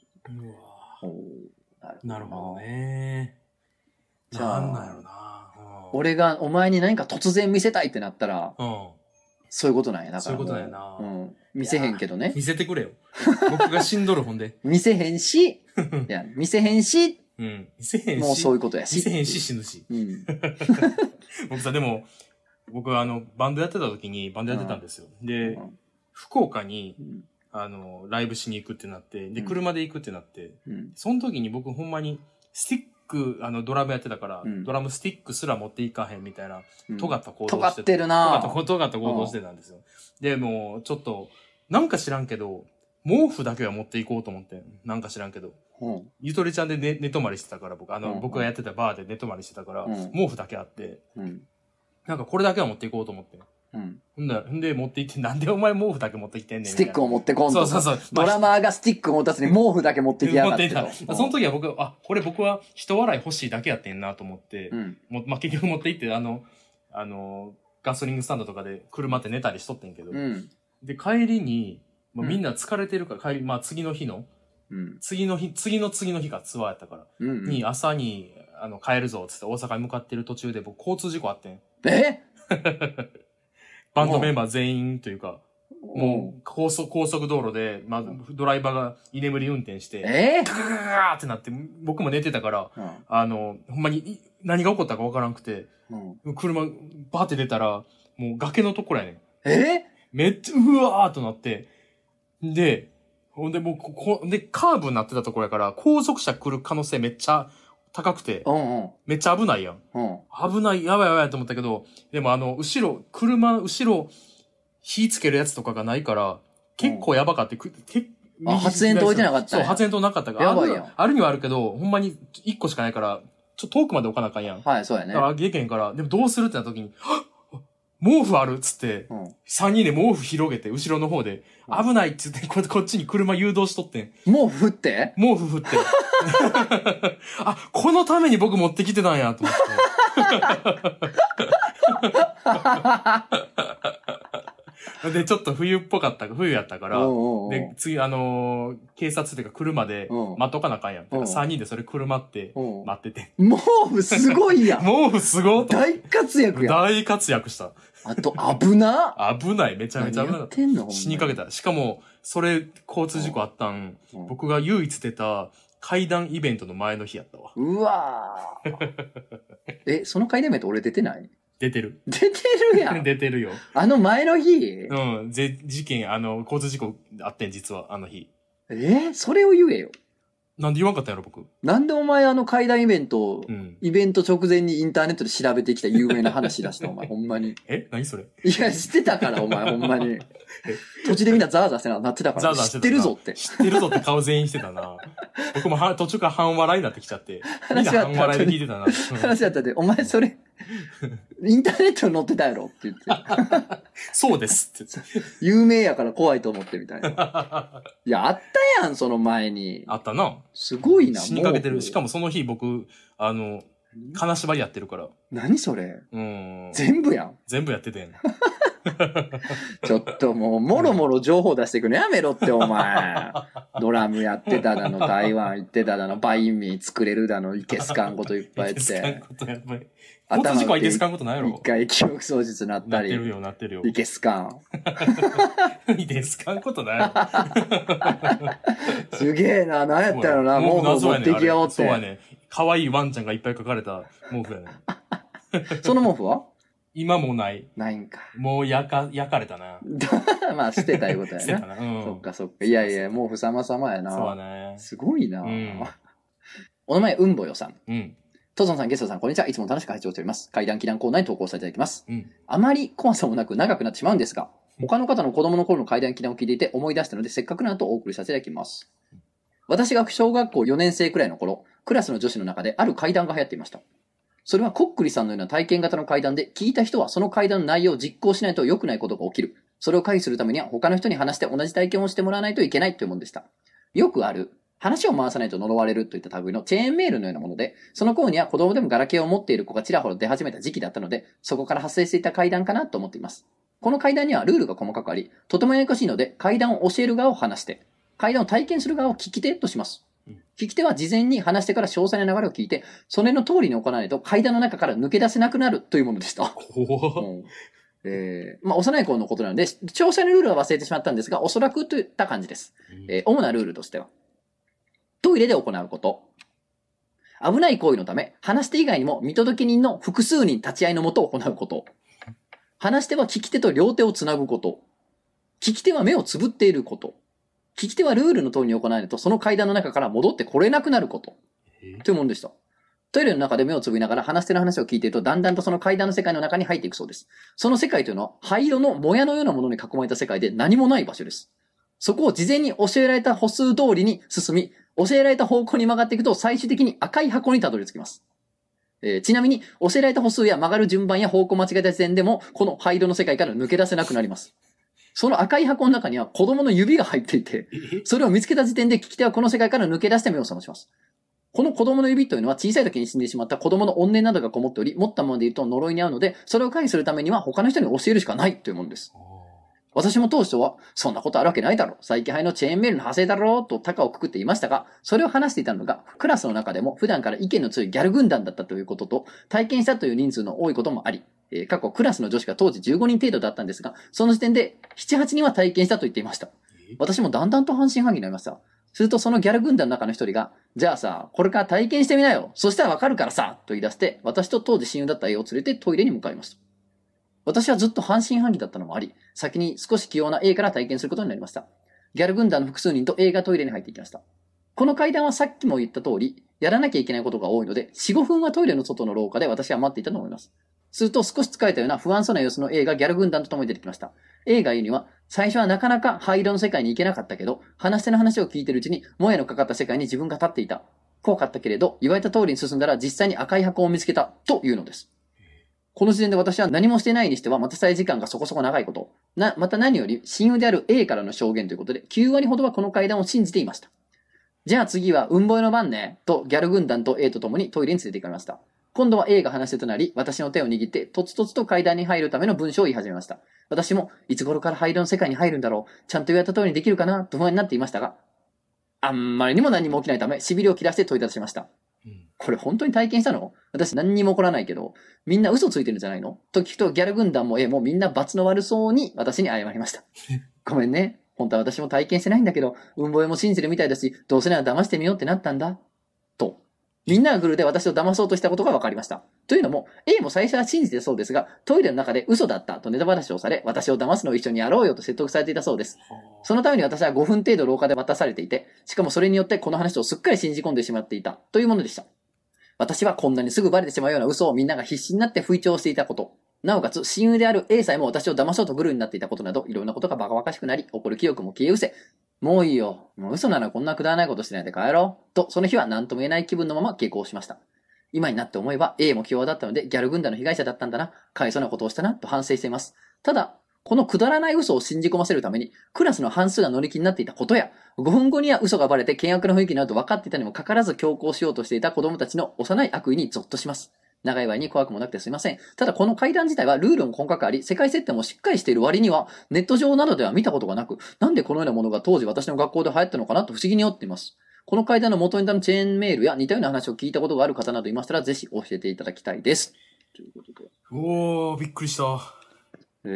なるほどね。 じゃあ、 なんだろうな。 俺がお前に何か突然見せたいってなったら、そういうことなんや。だからそういうことだよな。 見せへんけどね。 見せてくれよ。僕が死んどるほんで。 見せへんし、いや、見せへんし、 見せへんし。 もうそういうことやし。 見せへんし死ぬし。僕さ、でも、僕バンドやってた時に、バンドやってたんですよ。で、福岡に、ライブしに行くってなって、で、車で行くってなって、その時に僕ほんまに、スティック、ドラムやってたから、ドラムスティックすら持っていかへんみたいな、尖った行動して尖ってるな尖った行動してたんですよ。で、もう、ちょっと、なんか知らんけど、毛布だけは持っていこうと思って、なんか知らんけど。ゆとりちゃんで寝泊まりしてたから、僕がやってたバーで寝泊まりしてたから、毛布だけあって、なんかこれだけは持っていこうと思って。んで持って行って、なんでお前毛布だけ持ってきてんねん。 スティックを持ってこんと。 そう。 ドラマーがスティックを持たずに毛布だけ持ってきやがってと。 その時はこれ僕は人笑い欲しいだけやってんなと思って、結局持って行って、ガソリングスタンドとかで車って寝たりしとってんけど、で、帰りに、みんな疲れてるから次の日の、次の日かツアーやったから、に朝に、帰るぞっつって大阪に向かってる途中で僕交通事故あってん。バンドメンバー全員というか、もう高速道路で、ドライバーが居眠り運転して、ガーってなって、僕も寝てたから、ほんまに何が起こったかわからんくて、車バーって出たら、もう崖のところやねん。めっちゃ、うわーっとなって、で、ほんでもうで、カーブになってたところやから、後続車来る可能性めっちゃ高くて、めっちゃ危ないやん。危ない、やばいと思ったけど、でも車後ろ、火つけるやつとかがないから、結構やばかって、 発煙筒置いてなかった。 そう、発煙筒なかったから。 やばいやん。 あるにはあるけど、ほんまに1個しかないから、ちょっと遠くまで置かなあかんやん。 はい、そうやね。 だから、げけんから、でもどうするってなった時に、毛布あるっつって、3人で毛布広げて、後ろの方で、危ないっつって、こっちに車誘導しとってん。 毛布振って毛布振って。あ、このために僕持ってきてたんや、と思って。で、ちょっと冬やったから、で、次、警察っていうか車で待っとかなあかんやん。3人でそれ車って待ってて。 毛布すごいやん。 毛布すごい。 大活躍やん。 大活躍した。 あと、危な危ない。めちゃめちゃ危なかった。死にかけた。しかも、それ、交通事故あったん、僕が唯一出た階段イベントの前の日やったわ。 うわー。その階段イベント俺出てない？ 出てる。 出てるやん。 出てるよ。 前の日？ うん。事件、交通事故あってん、実は、あの日。 それを言えよ。 なんで言わんかったんやろ、僕。 なんでお前階段イベントを、イベント直前にインターネットで調べてきた有名な話出した、お前、ほんまに。 何それ？ いや、知ってたから、お前、ほんまに。土地でみんなザーザーしてなってたから、知ってるぞって。 知ってるぞって顔全員してたな。僕も途中から半笑いになってきちゃって。みんな半笑いで聞いてたな。 話だったで、お前それ、インターネットに載ってたやろって言って。 そうですって言って。 有名やから怖いと思ってみたいな。いや、あったやん、その前に。 あったな。 すごいな、 死にかけてる。しかもその日僕、金縛りやってるから。 何それ？全部やん。 全部やっててん。 ちょっともう、もろもろ情報出してくのやめろって、お前。ドラムやってただの、台湾行ってただの、バインミー作れるだの、いけすかんこといっぱい言って。いけすかんことやっぱり。交通事故はいけすかんことないやろ。 一回記憶喪失なったり。 なってるよ、なってるよ。 いけすかん。いけすかんことないやろ。すげえな、なんやったらな、もう持ってきやおって。 そうやね。可愛いワンちゃんがいっぱい描かれた毛布やね。 その毛布は今もない。 ないんか。 もう焼かれたな。 まあ、捨てたいうことやな。 捨てたな。 そっかそっか。いやいや、毛布様々やな。 そうね。 すごいな。お名前、うんぼよさん。トゾンさん、ゲストさん、こんにちは。いつも楽しく拝聴しております。怪談祈談コーナーに投稿させていただきます。あまり怖さもなく長くなってしまうんですが、他の方の子供の頃の怪談祈談を聞いていて思い出したので、せっかくなのとお送りさせていただきます。私が小学校4年生くらいの頃、クラスの女子の中である怪談が流行っていました。それはコックリさんのような体験型の怪談で、聞いた人はその怪談の内容を実行しないと良くないことが起きる。それを回避するためには他の人に話して同じ体験をしてもらわないといけないというものでした。よくある、話を回さないと呪われるといった類のチェーンメールのようなもので、その頃には子供でもガラケーを持っている子がちらほら出始めた時期だったので、そこから発生していた怪談かなと思っています。この怪談にはルールが細かくあり、とてもややこしいので、怪談を教える側を話して、怪談を体験する側を聞き手とします。聞き手は事前に話してから詳細な流れを聞いて、それの通りに行わないと怪談の中から抜け出せなくなるというものでした。幼い頃のことなので、詳細なルールは忘れてしまったんですが、おそらくといった感じです。主なルールとしては、トイレで行うこと。危ない行為のため、話し手以外にも見届け人の複数人立ち会いのもと行うこと。話し手は聞き手と両手をつなぐこと。聞き手は目をつぶっていること。聞き手はルールの通りに行わないと、その階段の中から戻ってこれなくなること。というものでした。トイレの中で目をつぶりながら話し手の話を聞いていると、だんだんとその階段の世界の中に入っていくそうです。その世界というのは、灰色のもやのようなものに囲まれた世界で何もない場所です。そこを事前に教えられた歩数通りに進み、教えられた方向に曲がっていくと、最終的に赤い箱にたどり着きます。ちなみに、教えられた歩数や曲がる順番や方向間違えた時点でも、この灰色の世界から抜け出せなくなります。その赤い箱の中には子供の指が入っていて、それを見つけた時点で聞き手はこの世界から抜け出して目を覚まします。この子供の指というのは小さい時に死んでしまった子供の怨念などがこもっており、持ったままでいると呪いに遭うので、それを回避するためには他の人に教えるしかないというものです。私も当初は、そんなことあるわけないだろう。最近杯のチェーンメールの派生だろうと高をくくっていましたが、それを話していたのが、クラスの中でも普段から意見の強いギャル軍団だったということと、体験したという人数の多いこともあり、過去クラスの女子が当時15人程度だったんですが、その時点で7、8人は体験したと言っていました。私もだんだんと半信半疑になりました。するとそのギャル軍団の中の一人が、じゃあさ、これから体験してみなよ。そしたらわかるからさ、と言い出して、私と当時親友だった A を連れてトイレに向かいました。私はずっと半信半疑だったのもあり、先に少し器用な A から体験することになりました。ギャル軍団の複数人と A がトイレに入っていきました。この階段はさっきも言った通り、やらなきゃいけないことが多いので、4、5分はトイレの外の廊下で私は待っていたと思います。すると少し疲れたような不安そうな様子の A がギャル軍団と共に出てきました。A が言うには、 最初はなかなか灰色の世界に行けなかったけど、話し手の話を聞いてるうちに、もやのかかった世界に自分が立っていた。怖かったけれど、言われた通りに進んだら実際に赤い箱を見つけた、というのです。この時点で私は何もしてないにしては、またさえ時間がそこそこ長いこと。また何より、親友である A からの証言ということで、9割ほどはこの階段を信じていました。じゃあ次は、運ぼえの番ね、とギャル軍団と A と共にトイレに連れて行かれました。今度は A が話し手となり、私の手を握って、とつとつと階段に入るための文章を言い始めました。私も、いつ頃から灰色の世界に入るんだろう、ちゃんと言われた通りにできるかな、と不安になっていましたが、あんまりにも何も起きないため、痺れを切らして問いただしました。これ本当に体験したの？私何にも起こらないけど、みんな嘘ついてるんじゃないの？と聞くとギャル軍団も A もみんな罰の悪そうに私に謝りました。ごめんね。本当は私も体験してないんだけど、運ぼえも信じるみたいだし、どうせなら騙してみようってなったんだ。と。みんながグルで私を騙そうとしたことが分かりました。というのも、A も最初は信じてそうですが、トイレの中で嘘だったとネタ話をされ、私を騙すのを一緒にやろうよと説得されていたそうです。そのために私は5分程度廊下で待たされていて、しかもそれによってこの話をすっかり信じ込んでしまっていたというものでした。私はこんなにすぐバレてしまうような嘘をみんなが必死になって吹聴していたこと。なおかつ、親友である A さえも私を騙そうとグルになっていたことなど、いろんなことがバカバカしくなり、起こる記憶も消え失せ、もういいよ。もう嘘ならこんなくだらないことしてないで帰ろう。と、その日は何とも言えない気分のまま下校しました。今になって思えば A も気弱だったので、ギャル軍団の被害者だったんだな、かわいそうなことをしたな、と反省しています。ただ、このくだらない嘘を信じ込ませるために、クラスの半数が乗り気になっていたことや、5分後には嘘がバレて険悪な雰囲気になると分かっていたにもかかわらず強行しようとしていた子供たちの幼い悪意にゾッとします。長い割に怖くもなくてすいません。ただこの階段自体はルールも細かくあり、世界設定もしっかりしている割には、ネット上などでは見たことがなく、なんでこのようなものが当時私の学校で流行ったのかなと不思議に思っています。この階段の元ネタのチェーンメールや似たような話を聞いたことがある方などいましたら、ぜひ教えていただきたいです。ということで。 おー、びっくりした。い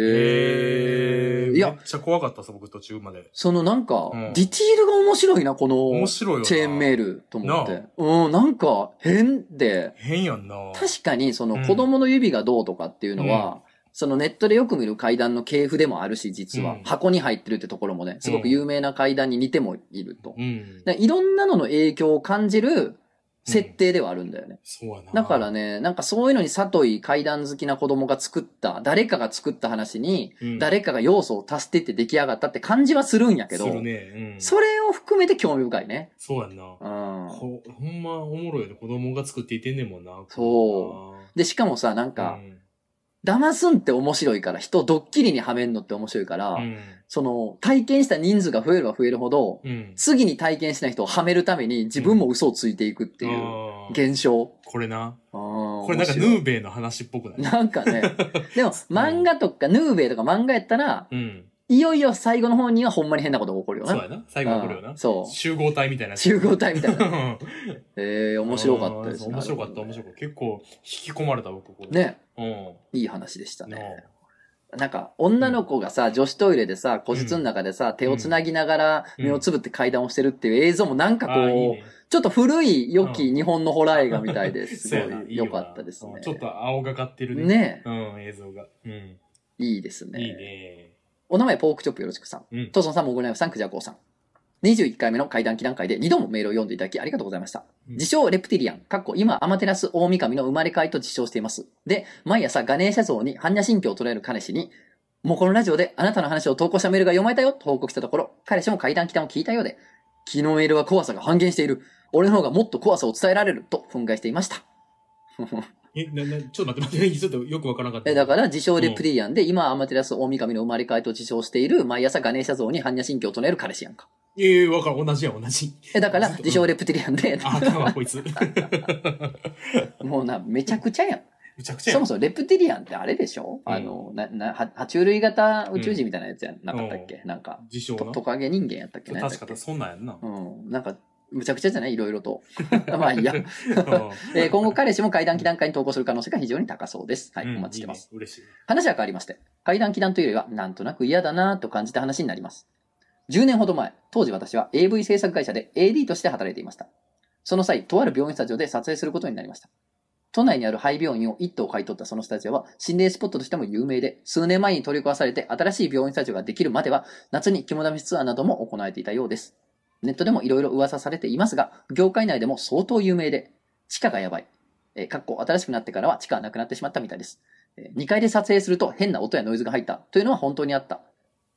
や。めっちゃ怖かったさ、僕途中まで。 なんか、ディティールが面白いな、この、 面白いよチェーンメールと思って。なんか、変で。 変やんな。 確かに、子供の指がどうとかっていうのは、ネットでよく見る階段の系譜でもあるし、実は。箱に入ってるってところもね、すごく有名な階段に似てもいると。いろんなのの影響を感じる、設定ではあるんだよね。 そうやな。 だからね、なんかそういうのに里井階段好きな子供が作った、誰かが作った話に、誰かが要素を足してって出来上がったって感じはするんやけど、するね。それを含めて興味深いね。 そうやんな。ほんまおもろいよね。子供が作っていてんねんもんな。 そう。で、しかもさ、なんか、騙すんって面白いから、人ドッキリにはめんのって面白いから、体験した人数が増えれば増えるほど、次に体験しない人をはめるために自分も嘘をついていくっていう現象。 これな。これなんかヌーベイの話っぽくない？ なんかね。でも漫画とか、ヌーベイとか漫画やったら、いよいよ最後の方にはほんまに変なことが起こるよな。 そうやな。最後起こるよな。 そう。 集合体みたいな。 集合体みたいな。面白かったですね。 面白かった。結構引き込まれた僕、これ。 ね。いい話でしたね。なんか、女の子がさ、女子トイレでさ、個室の中でさ、手を繋ぎながら目をつぶって階段をしてるっていう映像もなんかこう、ちょっと古い良き日本のホラー映画みたいですごい良かったですね。 ちょっと青がかってるね。 ね。 映像が。 いいですね。 いいね。 お名前ポークチョップよろしくさん。トソンさん、モグライフさん、クジャコウさん。21回目の階段祈談会で2度もメールを読んでいただきありがとうございました。自称レプティリアン、今アマテラス大神の生まれ変わりと自称しています。で、毎朝ガネーシャ像に般若心経を捉える彼氏に、もうこのラジオであなたの話を投稿したメールが読まれたよと報告したところ、彼氏も階段祈談を聞いたようで、昨日メールは怖さが半減している。俺の方がもっと怖さを伝えられると憤慨していました。 ちょっと待って、ちょっとよくわからなかった。 だから、自称レプティリアンで、今アマテラス大神の生まれ変わりと自称している、毎朝ガネーシャ像に般若心経を唱える彼氏やんか。 わかる。同じ。 だから、自称レプティリアンで。 こいつ。 もうめちゃくちゃやん。 めちゃくちゃやん。 そもそもレプティリアンってあれでしょ？爬虫類型宇宙人みたいなやつやなかったっけ？なんか、トカゲ人間やったっけね。 確かそんなんやんな。 なんか、むちゃくちゃじゃないいろいろと。まあいいや。今後彼氏も階段祈談会に投稿する可能性が非常に高そうです。はい、お待ちしてます。 嬉しい。 話は変わりまして、階段祈談というよりは、なんとなく嫌だなぁと感じた話になります。10年ほど前、当時私は AV 制作会社で AD として働いていました。その際、とある病院スタジオで撮影することになりました。都内にある廃病院を一棟買い取ったそのスタジオは心霊スポットとしても有名で、数年前に取り壊されて新しい病院スタジオができるまでは、夏に肝試しツアーなども行われていたようです。ネットでもいろいろ噂されていますが、業界内でも相当有名で、地下がやばい。新しくなってからは地下はなくなってしまったみたいです。2階で撮影すると変な音やノイズが入ったというのは本当にあった。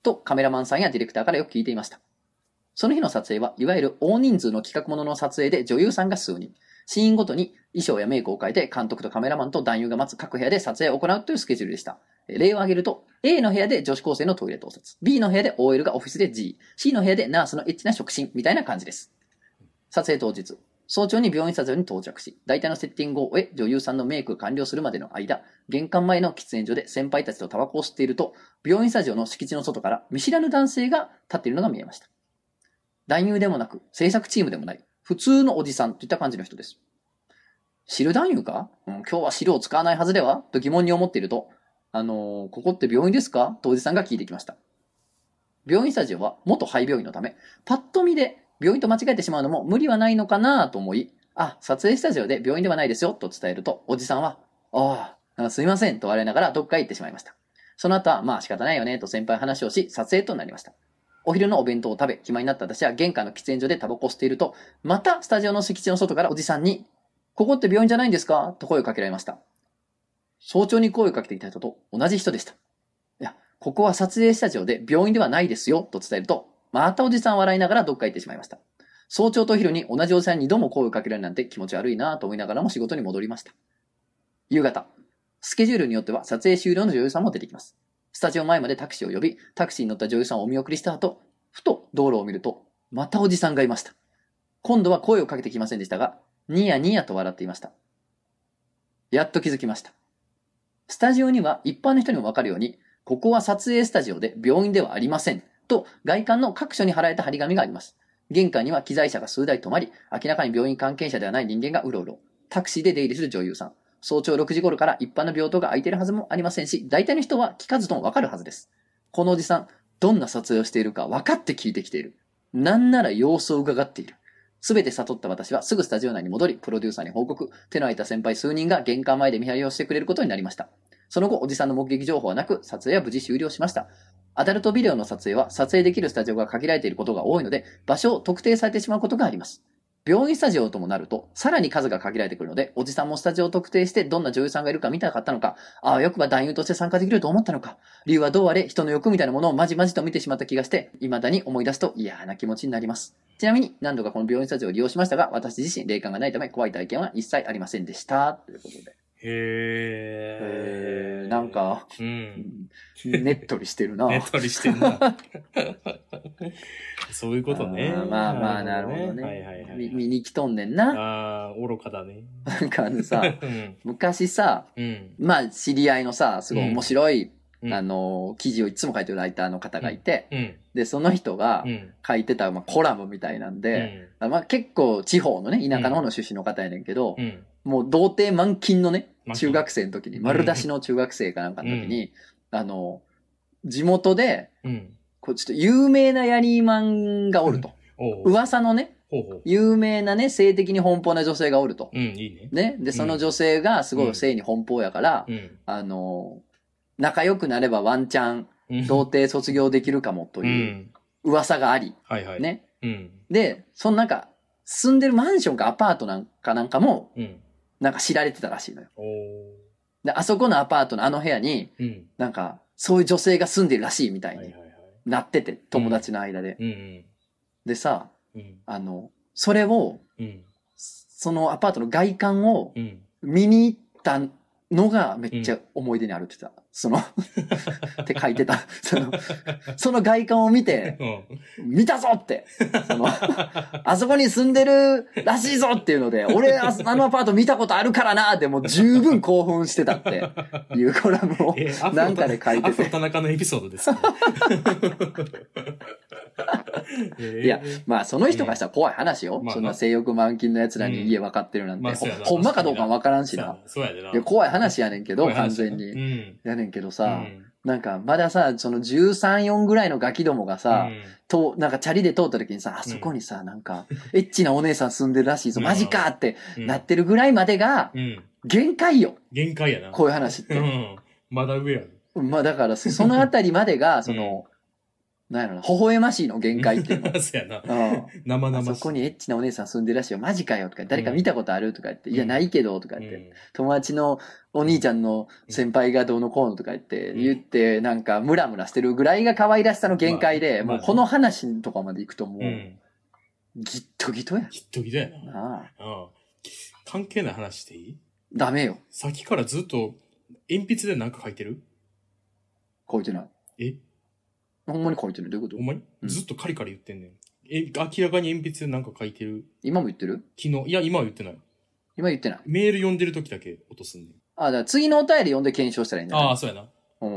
とカメラマンさんやディレクターからよく聞いていました。その日の撮影は、いわゆる大人数の企画ものの撮影で女優さんが数人。シーンごとに衣装やメイクを変えて監督とカメラマンと男優が待つ各部屋で撮影を行うというスケジュールでした。例を挙げると、A の部屋で女子高生のトイレ盗撮、B の部屋で OL がオフィスで G、C の部屋でナースのエッチな触診みたいな感じです。撮影当日、早朝に病院スタジオに到着し、大体のセッティングを終え、女優さんのメイクが完了するまでの間、玄関前の喫煙所で先輩たちとタバコを吸っていると、病院スタジオの敷地の外から見知らぬ男性が立っているのが見えました。男優でもなく、制作チームでもない、普通のおじさんといった感じの人です。汁男優か、今日は汁を使わないはずではと疑問に思っていると、ここって病院ですかとおじさんが聞いてきました。病院スタジオは元廃病院のため、パッと見で病院と間違えてしまうのも無理はないのかなと思い、撮影スタジオで病院ではないですよと伝えると、おじさんは、すいませんと笑いながらどっかへ行ってしまいました。その後は、仕方ないよねと先輩話をし、撮影となりました。お昼のお弁当を食べ、暇になった私は玄関の喫煙所でタバコを吸っていると、またスタジオの敷地の外からおじさんに、ここって病院じゃないんですかと声をかけられました。早朝に声をかけてきた人と同じ人でした。いや、ここは撮影スタジオで病院ではないですよと伝えると、またおじさんは笑いながらどっか行ってしまいました。早朝とお昼に同じおじさんに2度も声をかけられるなんて気持ち悪いなと思いながらも仕事に戻りました。夕方、スケジュールによっては撮影終了の女優さんも出てきます。スタジオ前までタクシーを呼び、タクシーに乗った女優さんをお見送りした後、ふと道路を見ると、またおじさんがいました。今度は声をかけてきませんでしたが、ニヤニヤと笑っていました。やっと気づきました。スタジオには一般の人にもわかるように、ここは撮影スタジオで病院ではありません。と外観の各所に貼られた張り紙があります。玄関には機材車が数台止まり、明らかに病院関係者ではない人間がうろうろ。タクシーで出入りする女優さん。早朝6時頃から一般の病棟が空いているはずもありませんし、大体の人は聞かずともわかるはずです。このおじさん、どんな撮影をしているか分かって聞いてきている。なんなら様子を伺っている。すべて悟った私はすぐスタジオ内に戻り、プロデューサーに報告。手の空いた先輩数人が玄関前で見張りをしてくれることになりました。その後、おじさんの目撃情報はなく、撮影は無事終了しました。アダルトビデオの撮影は撮影できるスタジオが限られていることが多いので、場所を特定されてしまうことがあります。病院スタジオともなると、さらに数が限られてくるので、おじさんもスタジオを特定してどんな女優さんがいるか見たかったのか、よくば男優として参加できると思ったのか、理由はどうあれ人の欲みたいなものをまじまじと見てしまった気がして、未だに思い出すと嫌な気持ちになります。ちなみに何度かこの病院スタジオを利用しましたが、私自身霊感がないため怖い体験は一切ありませんでした。ということで。なんか、ねっとりしてるな。 ねっとりしてるな。そういうことね。 まあ、なるほどね。見に来とんねんな。 愚かだね。 なんかさ、昔さ、知り合いのさ、すごい面白い、記事をいつも書いてるライターの方がいて、で、その人が書いてた、コラムみたいなんで、結構地方のね、田舎の方の出身の方やねんけど、もう童貞満勤のね、中学生の時に、丸出しの中学生かなんかの時に、地元で、ちょっと有名なヤリーマンがおると。噂のね、有名なね、性的に奔放な女性がおると。ね。で、その女性がすごい性に奔放やから、仲良くなればワンチャン、童貞卒業できるかもという噂があり、ね。で、そのなんか、住んでるマンションかアパートなんかも、なんか知られてたらしいのよ。で、あそこのアパートのあの部屋に、なんか、そういう女性が住んでるらしいみたいになってて、友達の間で。でさ、それを、そのアパートの外観を見に行ったのがめっちゃ思い出にあるって言ってた。って書いてた。その外観を見て、見たぞって。あそこに住んでるらしいぞっていうので、俺、あのアパート見たことあるからなってもう十分興奮してたっていうコラムをなんかで書いてて。 アフロ田中のエピソードですね。 いや、その人がしたら怖い話よ。そんな性欲満勤の奴らに家分かってるなんて。ほんまかどうか分からんしな。怖い話やねんけど、完全に。やねんけどさ、なんかまださ、その13、4ぐらいのガキどもがさ、なんかチャリで通った時にさ、あそこにさ、なんか、エッチなお姉さん住んでるらしいぞ、マジかってなってるぐらいまでが、限界よ。 限界やな。 こういう話って。 まだ上やね。 だから、そのあたりまでが、 なんやろな、微笑ましいの限界っていうの。 そうやな。 うん。 生々しい。 そこにエッチなお姉さん住んでるらしいよ。マジかよとか、誰か見たことあるとか言って、いや、ないけどとか言って、友達のお兄ちゃんの先輩がどうのこうのとか言って、なんかムラムラしてるぐらいが可愛らしさの限界で、もうこの話とかまで行くともう、ギットギトや。 ギットギトやな。関係ない話していい？ ダメよ。 さっきからずっと鉛筆で何か書いてる？ 書いてない。ほんまに書いてる？どういうこと？ ほんまに、ずっとカリカリ言ってんねん。明らかに鉛筆で何か書いてる。 今も言ってる？ 昨日。いや、今は言ってない。 今言ってない。 メール読んでる時だけ落とすんねん。 だから次のお便り読んで検証したらいいんだ。 そうやな。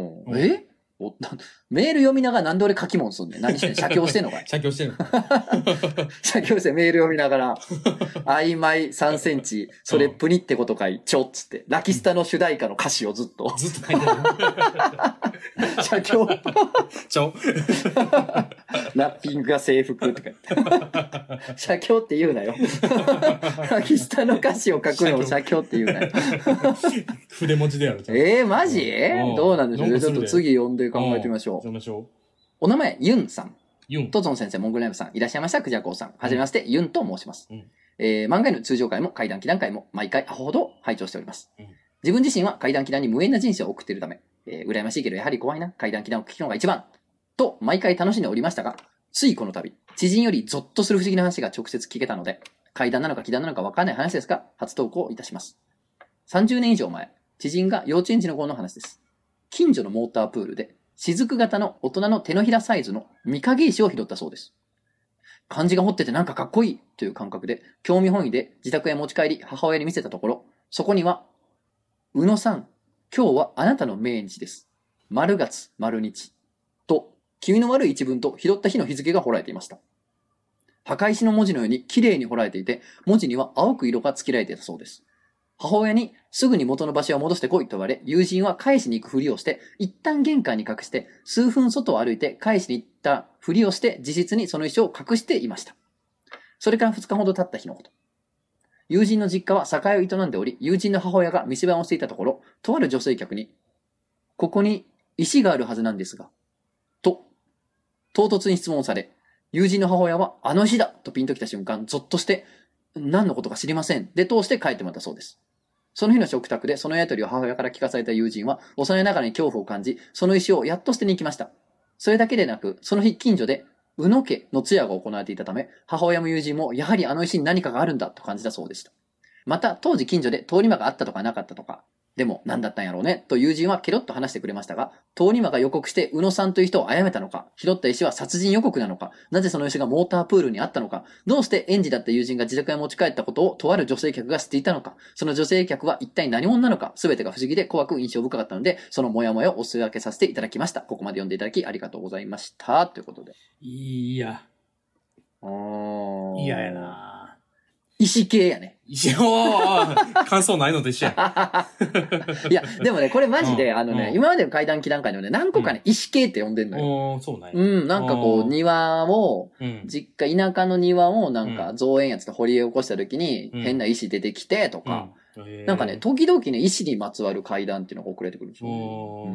メール読みながらなんで俺書き物すんねん。何してんの？写経してんのかい？ 写経してんの写経してメール読みながら、曖昧3センチ、それプニってことかい、ちょっつって、ラキスタの主題歌の歌詞をずっと。 ずっと書いてる。 写経。 ちょラッピングが制服とか言って。写経って言うなよ。ラキスタの歌詞を書くのを写経って言うなよ。 筆文字でやる。 マジ？どうなんでしょう？ちょっと次読んで考えてみましょう。お名前、ユンさん。トゾン先生、モンゴルライムさん、いらっしゃいました。クジャコウさん。はじめまして、ユンと申します。漫画への通常回も怪談祈談回も毎回アホほど拝聴しております。自分自身は怪談祈談に無縁な人生を送っているため、羨ましいけどやはり怖いな、怪談祈談を聞くのが一番、と毎回楽しんでおりましたが、ついこの度、知人よりゾッとする不思議な話が直接聞けたので、怪談なのか祈談なのか分からない話ですが、初投稿いたします。30年以上前、知人が幼稚園児の頃の話です。近所のモータープールで、雫型の大人の手のひらサイズの御影石を拾ったそうです。漢字が彫っててなんかかっこいいという感覚で、興味本位で自宅へ持ち帰り母親に見せたところ、そこには、宇野さん、今日はあなたの命日です。丸月、丸日。と、気味の悪い一文と拾った日の日付が彫られていました。墓石の文字のように綺麗に彫られていて、文字には青く色がつけられていたそうです。母親にすぐに元の場所を戻してこいと言われ、友人は返しに行くふりをして、一旦玄関に隠して、数分外を歩いて返しに行ったふりをして、自室にその石を隠していました。それから2日ほど経った日のこと。友人の実家は酒屋を営んでおり、友人の母親が店番をしていたところ、とある女性客に、ここに石があるはずなんですが、と、唐突に質問され、友人の母親はあの石だとピンときた瞬間、ゾッとして、何のことか知りません。で通して帰ってもらったそうです。その日の食卓でそのやりとりを母親から聞かされた友人は幼いながらに恐怖を感じ、その石をやっと捨てに行きました。それだけでなく、その日近所で宇野家の通夜が行われていたため、母親も友人もやはりあの石に何かがあるんだと感じたそうでした。また当時近所で通り魔があったとかなかったとか、でも何だったんやろうねと友人はケロッと話してくれましたが、通り魔が予告して宇野さんという人を殺めたのか、拾った石は殺人予告なのか、なぜその石がモータープールにあったのか、どうして園児だった友人が自宅へ持ち帰ったことをとある女性客が知っていたのか、その女性客は一体何者なのか、すべてが不思議で怖く印象深かったので、そのモヤモヤをお裾分けさせていただきました。ここまで読んでいただきありがとうございました。ということで。 いや。嫌やな。 石系やね。 感想ないのと一緒や。 いや、でもね、これマジで、今までの怪談祈談会のね、何個かね、石系って呼んでんのよ。 そうなんや。なんかこう、庭を、実家、田舎の庭をなんか造園やつと掘り起こした時に、変な石出てきて、とか、なんかね、時々ね、石にまつわる怪談っていうのが送られてくるんですよ。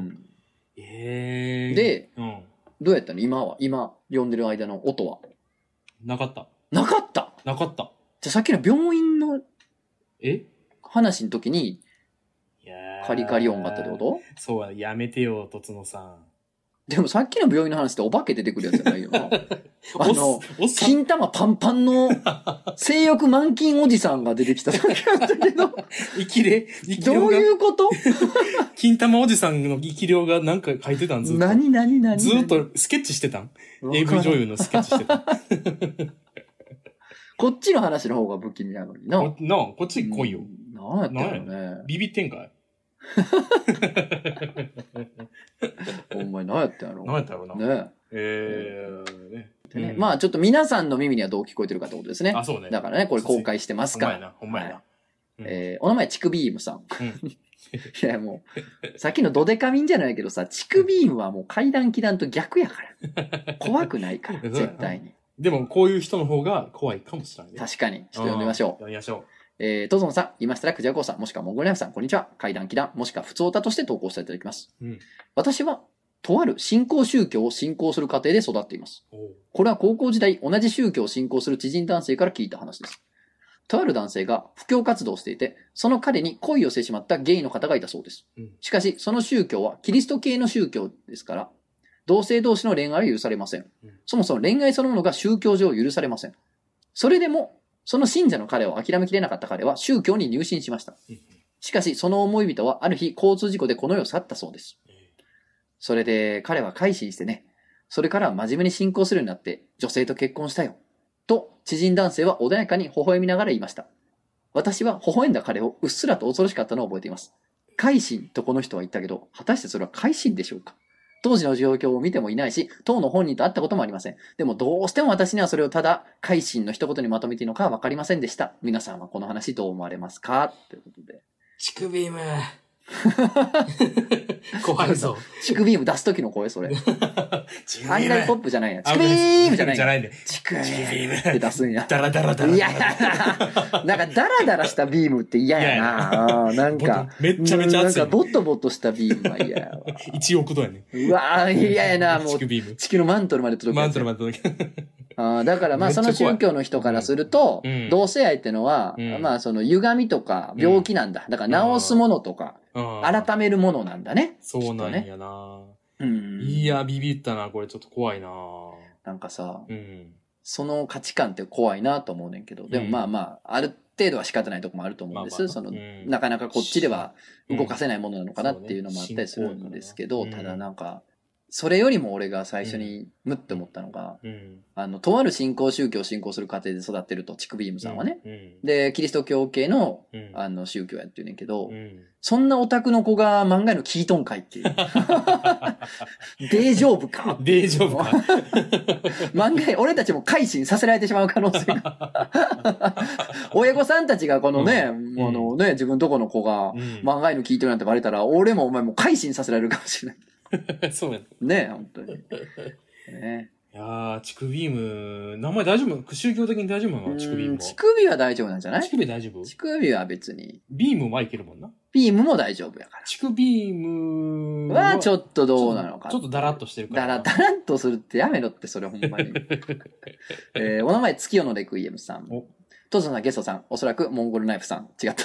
で、どうやったの今、読んでる間の音は。 なかった。 なかった。じゃあさっきの病院の話の時にカリカリ音があったってこと？ そうやめてよとつのさん。 でもさっきの病院の話ってお化け出てくるやつじゃないよな。金玉パンパンの性欲満金おじさんが出てきた時だったけど。どういうこと？ 金玉おじさんの生き量がなんか書いてたんずっと。 何ずっとスケッチしてたん ?AV 女優のスケッチしてたんこっちの話の方が不気味なのにな。 こっち来いよ。 なんやったのね。 ビビってんかいお前何やったんやろ。 何やったんやろな。 ね。まあちょっと皆さんの耳にはどう聞こえてるかってことですね。 あ、そうね。 だからね、これ公開してますから。 ほんまやな。 お名前、チクビームさん。いやもう、さっきのドデカミンじゃないけどさ、チクビームはもう怪談祈談と逆やから。怖くないから、絶対に。 でも、こういう人の方が怖いかもしれないね。 確かに。ちょっと読んでみましょう。 読みましょう。トゾンさん、いましたらクジャコウさん、もしくはモンゴルライフさん、こんにちは。怪談祈談、もしくは普通歌として投稿していただきます。私は、 とある新興宗教を信仰する過程で育っています。これは高校時代、同じ宗教を信仰する知人男性から聞いた話です。とある男性が布教活動をしていて、その彼に恋をしてしまったゲイの方がいたそうです。しかし、その宗教はキリスト系の宗教ですから、同性同士の恋愛は許されません。そもそも恋愛そのものが宗教上許されません。それでも、その信者の彼を諦めきれなかった彼は宗教に入信しました。しかし、その思い人はある日交通事故でこの世を去ったそうです。それで彼は改心してね、それからは真面目に信仰するようになって女性と結婚したよ。と、知人男性は穏やかに微笑みながら言いました。私は微笑んだ彼をうっすらと恐ろしかったのを覚えています。改心とこの人は言ったけど、果たしてそれは改心でしょうか？当時の状況を見てもいないし、当の本人と会ったこともありません。でもどうしても私にはそれをただ、改心の一言にまとめていいのかはわかりませんでした。皆さんはこの話どう思われますか？ということで。 チクビーム。怖いぞ。 チクビーム出すときの声、それ。ハイライポップじゃないや。チクビームじゃないや。チクビームって出すんや。 ダラダラダラ。 いや、なんかダラダラしたビームって嫌やな。なんか、 めっちゃめちゃ熱い。 なんかボットボットしたビームは嫌やわ。 1億度やね。 うわぁ、嫌やな、もう。 チクビーム。 地球のマントルまで届く。 マントルまで届く。 だからまあその宗教の人からすると、同性愛ってのは、まあその歪みとか病気なんだ。だから治すものとか、改めるものなんだね。 そうなんやな。いや、ビビったな。これちょっと怖いな。 なんかさ、その価値観って怖いなと思うねんけど、でもまあまあ、ある程度は仕方ないとこもあると思うんです。その、なかなかこっちでは動かせないものなのかなっていうのもあったりするんですけど、ただなんか、それよりも俺が最初にムッて思ったのが、とある新興宗教を信仰する過程で育ってると、チクビームさんはね。で、キリスト教系の、宗教やってるねんけど、そんなオタクの子が漫画のキートン会っていう。大丈夫か大丈夫か漫画、俺たちも改心させられてしまう可能性が。親御さんたちがこのね、自分とこの子が漫画のキートンなんてバレたら、俺もお前も改心させられるかもしれない。 そうやね。本当に。ね。 いやー、チクビーム、名前大丈夫？宗教的に大丈夫なの？チクビームは。 チクビは大丈夫なんじゃない？ チクビ大丈夫？ チクビは別に。 ビームはいけるもんな。 ビームも大丈夫やから。 チクビームはちょっとどうなのか。 ちょっとダラッとしてるから。 ダラッとするってやめろって、それほんまに。お名前、月夜のレクイエムさん。トゾさん、ゲストさん、おそらくモンゴルナイフさん。違った。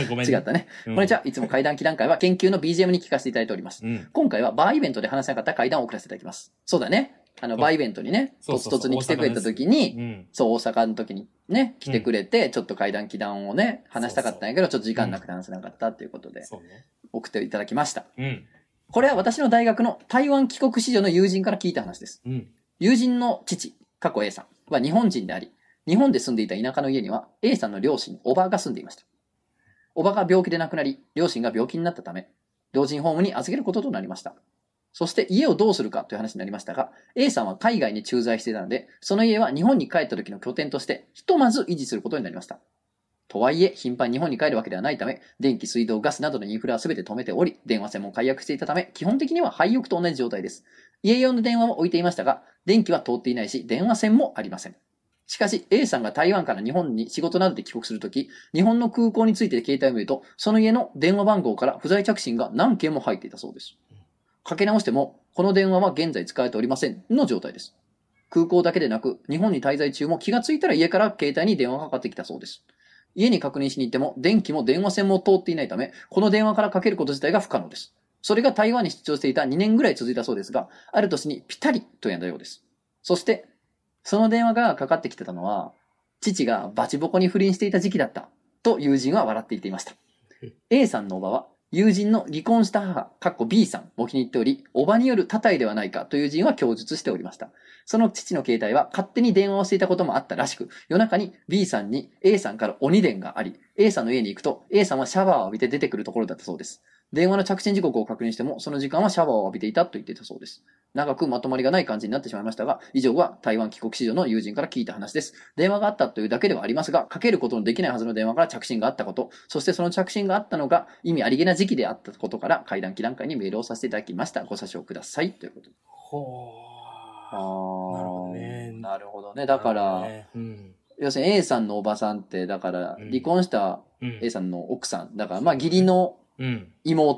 ごめん、 違ったね。こんにちは。いつも怪談祈談会は研究の BGM に聞かせていただいております。今回はバーイベントで話せなかった怪談を送らせていただきます。そうだね。バーイベントにね、とつとつに来てくれた時に、そう、大阪の時にね、来てくれて、ちょっと怪談祈談をね、話したかったんやけど、ちょっと時間なくて話せなかったっていうことで、送っていただきました。これは私の大学の台湾帰国子女の友人から聞いた話です。友人の父、過去 A さんは日本人であり、日本で住んでいた田舎の家には A さんの両親、おばが住んでいました。おばが病気で亡くなり、両親が病気になったため、老人ホームに預けることとなりました。そして家をどうするかという話になりましたが、A さんは海外に駐在していたので、その家は日本に帰った時の拠点として、ひとまず維持することになりました。とはいえ、頻繁に日本に帰るわけではないため、電気、水道、ガスなどのインフラは全て止めており、電話線も解約していたため、基本的には廃屋と同じ状態です。家用の電話も置いていましたが、電気は通っていないし、電話線もありません。しかし A さんが台湾から日本に仕事などで帰国するとき、日本の空港について携帯を見ると、その家の電話番号から不在着信が何件も入っていたそうです。かけ直しても、この電話は現在使われておりませんの状態です。空港だけでなく、日本に滞在中も気がついたら家から携帯に電話がかかってきたそうです。家に確認しに行っても、電気も電話線も通っていないため、この電話からかけること自体が不可能です。それが台湾に出張していた2年ぐらい続いたそうですが、ある年にピタリとやんだようです。そして、その電話がかかってきてたのは、父がバチボコに不倫していた時期だった、と友人は笑って言っていました。A さんのおばは、友人の離婚した母、B さんを気に入っており、おばによる他体ではないかと友人は供述しておりました。その父の携帯は勝手に電話をしていたこともあったらしく、夜中に B さんに A さんから鬼電があり、A さんの家に行くと A さんはシャワーを浴びて出てくるところだったそうです。電話の着信時刻を確認しても、その時間はシャワーを浴びていたと言っていたそうです。長くまとまりがない感じになってしまいましたが、以上は台湾帰国子女の友人から聞いた話です。電話があったというだけではありますが、かけることのできないはずの電話から着信があったこと、そしてその着信があったのが意味ありげな時期であったことから、怪談祈談会にメールをさせていただきました。ご査証ください。ということで。なるほどね。なるほどね。だから、要するに A さんのおばさんって、だから離婚した A さんの奥さん、だからまあ義理の妹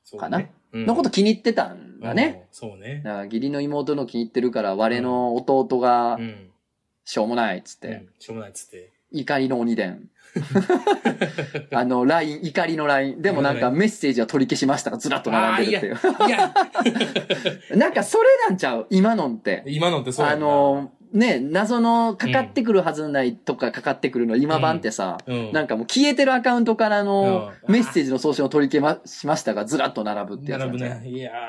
かな、のこと気に入ってたんだね。 そうね。 だから義理の妹の気に入ってるから、我の弟が、しょうもないっつって。 しょうもないっつって。 怒りの鬼伝。LINE、怒りの LINE。でもなんかメッセージは取り消しましたがずらっと並んでるっていう。いやなんかそれなんちゃう今のって。 今のってそうやな。 ね、謎のかかってくるはずないとかかかってくるの今版ってさ、なんかもう消えてるアカウントからのメッセージの送信を取り消しましたがずらっと並ぶってやつ。 並ぶね。いや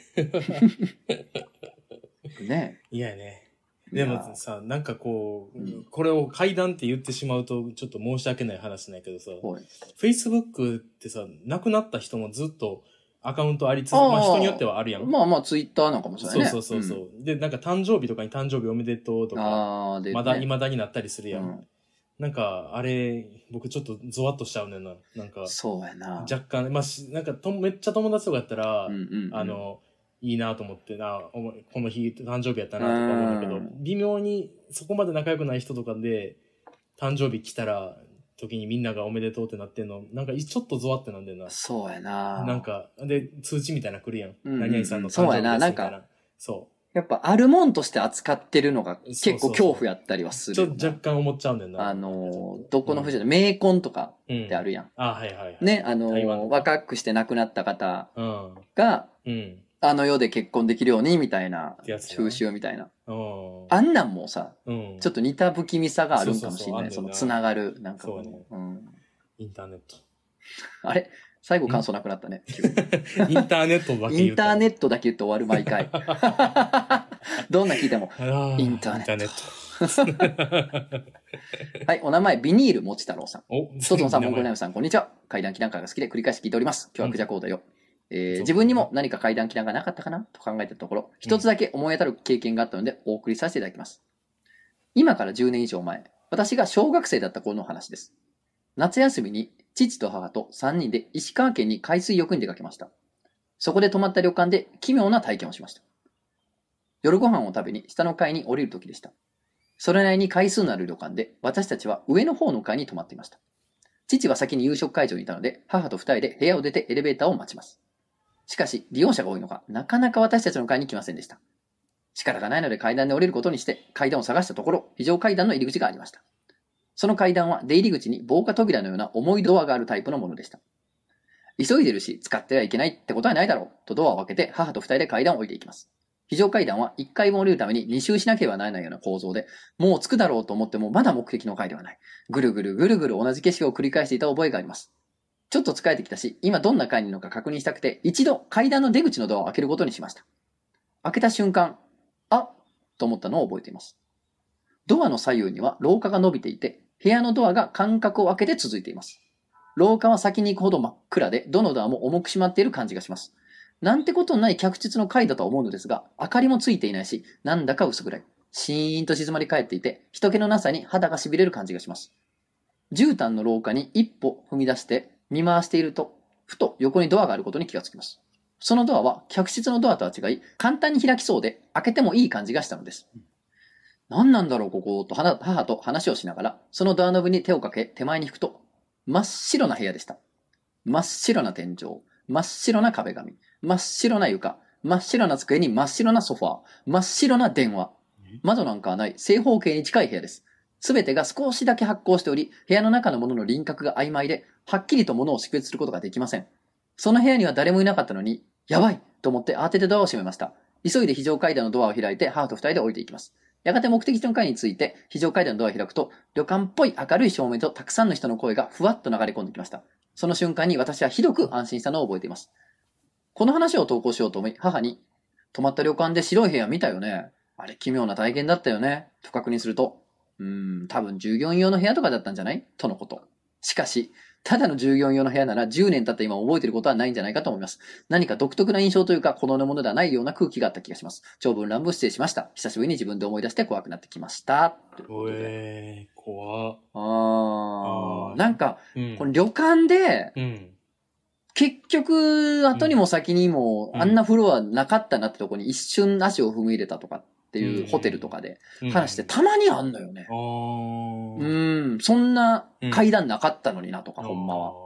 ね。 いやね。でもさ、なんかこう、これを怪談って言ってしまうとちょっと申し訳ない話なんやけどさ、Facebook ってさ、亡くなった人もずっとアカウントあり続け、まあ人によってはあるやん。 まあまあツイッターなんかもしれないね。 そう。で、なんか誕生日とかに誕生日おめでとうとか、まだ未だになったりするやん。なんか、あれ、僕ちょっとゾワッとしちゃうねんな。なんか、 そうやな。 若干、まあ、なんかめっちゃ友達とかやったら、いいなと思ってこの日誕生日やったなとか思うんだけど、微妙にそこまで仲良くない人とかで、誕生日来たら、時にみんながおめでとうってなってんの、なんかちょっとゾワってなんだよな。 そうやな。 なんか、で、通知みたいな来るやん。何々さんの誕生日ですみたいな。 そうやな、なんか、 そう。 やっぱあるもんとして扱ってるのが結構恐怖やったりはする。 ちょっと若干思っちゃうんだよな。 どこの富士で冥婚とかってあるやん。 はいはい。 ね、若くして亡くなった方が、あの世で結婚できるようにみたいな、風習みたいな。あんなんもさ、ちょっと似た不気味さがあるんかもしれない。そのつながる、なんかインターネット。 あれ最後感想なくなったね。 インターネットだけ言うと。 インターネットだけ言って終わる毎回。どんな聞いても。インターネット。はい、お名前、ビニールもち太郎さん。トトンさん、モンゴルナイムさん、こんにちは。怪談祈談会が好きで繰り返し聞いております。今日はクジャコウだよ。自分にも何か怪談祈談がなかったかなと考えてたところ、一つだけ思い当たる経験があったのでお送りさせていただきます。今から10年以上前、私が小学生だった頃の話です。夏休みに父と母と3人で石川県に海水浴に出かけました。そこで泊まった旅館で奇妙な体験をしました。夜ご飯を食べに下の階に降りる時でした。それなりに階数のある旅館で私たちは上の方の階に泊まっていました。父は先に夕食会場にいたので母と2人で部屋を出てエレベーターを待ちます。しかし利用者が多いのかなかなか私たちの階に来ませんでした。仕方がないので階段で降りることにして階段を探したところ非常階段の入り口がありました。その階段は出入り口に防火扉のような重いドアがあるタイプのものでした。急いでるし使ってはいけないってことはないだろうとドアを開けて母と2人で階段を降りていきます。非常階段は1階も降りるために2周しなければならないような構造で、もう着くだろうと思ってもまだ目的の階ではない。ぐるぐるぐるぐる同じ景色を繰り返していた覚えがあります。ちょっと疲れてきたし、今どんな階にいるのか確認したくて、一度階段の出口のドアを開けることにしました。開けた瞬間、あっと思ったのを覚えています。ドアの左右には廊下が伸びていて、部屋のドアが間隔を空けて続いています。廊下は先に行くほど真っ暗で、どのドアも重く閉まっている感じがします。なんてことのない客室の階だとは思うのですが、明かりもついていないし、なんだか薄暗い。シーンと静まり返っていて、人気のなさに肌が痺れる感じがします。絨毯の廊下に一歩踏み出して見回していると、ふと横にドアがあることに気がつきます。そのドアは客室のドアとは違い、簡単に開きそうで、開けてもいい感じがしたのです。何なんだろうここと母と話をしながら、そのドアノブに手をかけ手前に引くと、真っ白な部屋でした。真っ白な天井、真っ白な壁紙、真っ白な床、真っ白な机に真っ白なソファー、真っ白な電話。窓なんかはない正方形に近い部屋です。すべてが少しだけ発光しており、部屋の中のものの輪郭が曖昧で、はっきりと物を識別することができません。その部屋には誰もいなかったのに、やばいと思って慌ててドアを閉めました。急いで非常階段のドアを開いて母と二人で降りていきます。やがて目的地の階に着いて非常階段のドアを開くと、旅館っぽい明るい照明とたくさんの人の声がふわっと流れ込んできました。その瞬間に私はひどく安心したのを覚えています。この話を投稿しようと思い、母に、泊まった旅館で白い部屋見たよね。あれ奇妙な体験だったよね。と確認すると、多分従業員用の部屋とかだったんじゃないとのこと。しかし、ただの従業員用の部屋なら10年経った今覚えていることはないんじゃないかと思います。何か独特な印象というか、このものではないような空気があった気がします。長文乱文失礼しました。久しぶりに自分で思い出して怖くなってきました。 怖なんか、この旅館で、結局、後にも先にも、あんなフロアなかったなってとこに一瞬足を踏み入れたとかっていうホテルとかで話してたまにあんのよね。そんな階段なかったのになとか、ほんまは。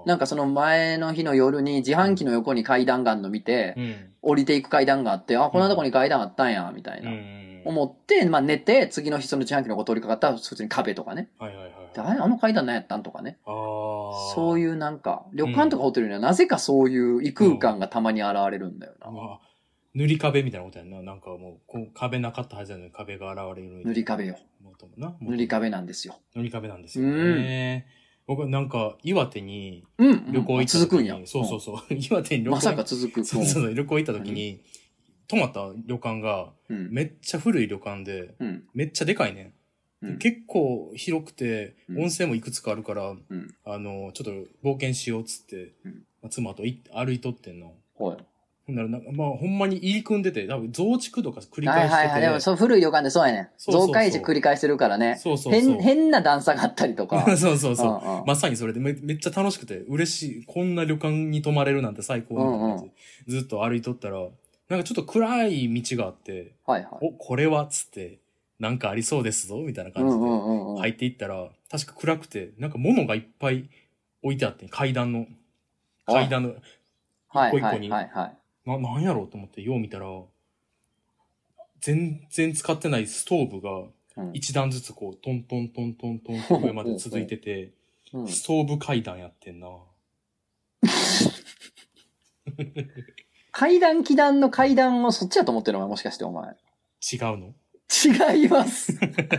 なんかその前の日の夜に自販機の横に階段があるの見て、降りていく階段があって、あ、こんなとこに階段あったんや、みたいな。思って、まあ寝て、次の日その自販機の横通りかかったら普通に壁とかね。あの階段何やったんとかね。そういうなんか、旅館とかホテルにはなぜかそういう異空間がたまに現れるんだよな。 塗り壁みたいなことやんな。なんかもう、壁なかったはずやのに壁が現れる。 塗り壁よ。塗り壁なんですよ。 塗り壁なんですよね。僕なんか、岩手に旅行行った時に、 続くんや。 そう。岩手に旅行まさか続く。 そう、旅行行った時に、泊まった旅館が、めっちゃ古い旅館で、めっちゃでかいね。結構広くて、温泉もいくつかあるから、ちょっと冒険しようっつって、妻と歩いとってんの。はい。まあ、ほんまに入り組んでて、多分増築とか繰り返してて。 はい。でも、そう、古い旅館でそうやね。増改築繰り返してるからね。そう。変な段差があったりとか。 そう。まさにそれでめっちゃ楽しくて、嬉しい。こんな旅館に泊まれるなんて最高みたいな感じ。ずっと歩いとったら、なんかちょっと暗い道があって、お、これはっつって、なんかありそうですぞみたいな感じで入っていったら、確か暗くて、なんか物がいっぱい置いてあって、階段の、一個一個に。なんやろうと思ってよう見たら、全然使ってないストーブが一段ずつこう、トントンと上まで続いてて、ストーブ階段やってんな。 階段の階段をそっちやと思ってるのもしかしてお前。 違うの？ 違います。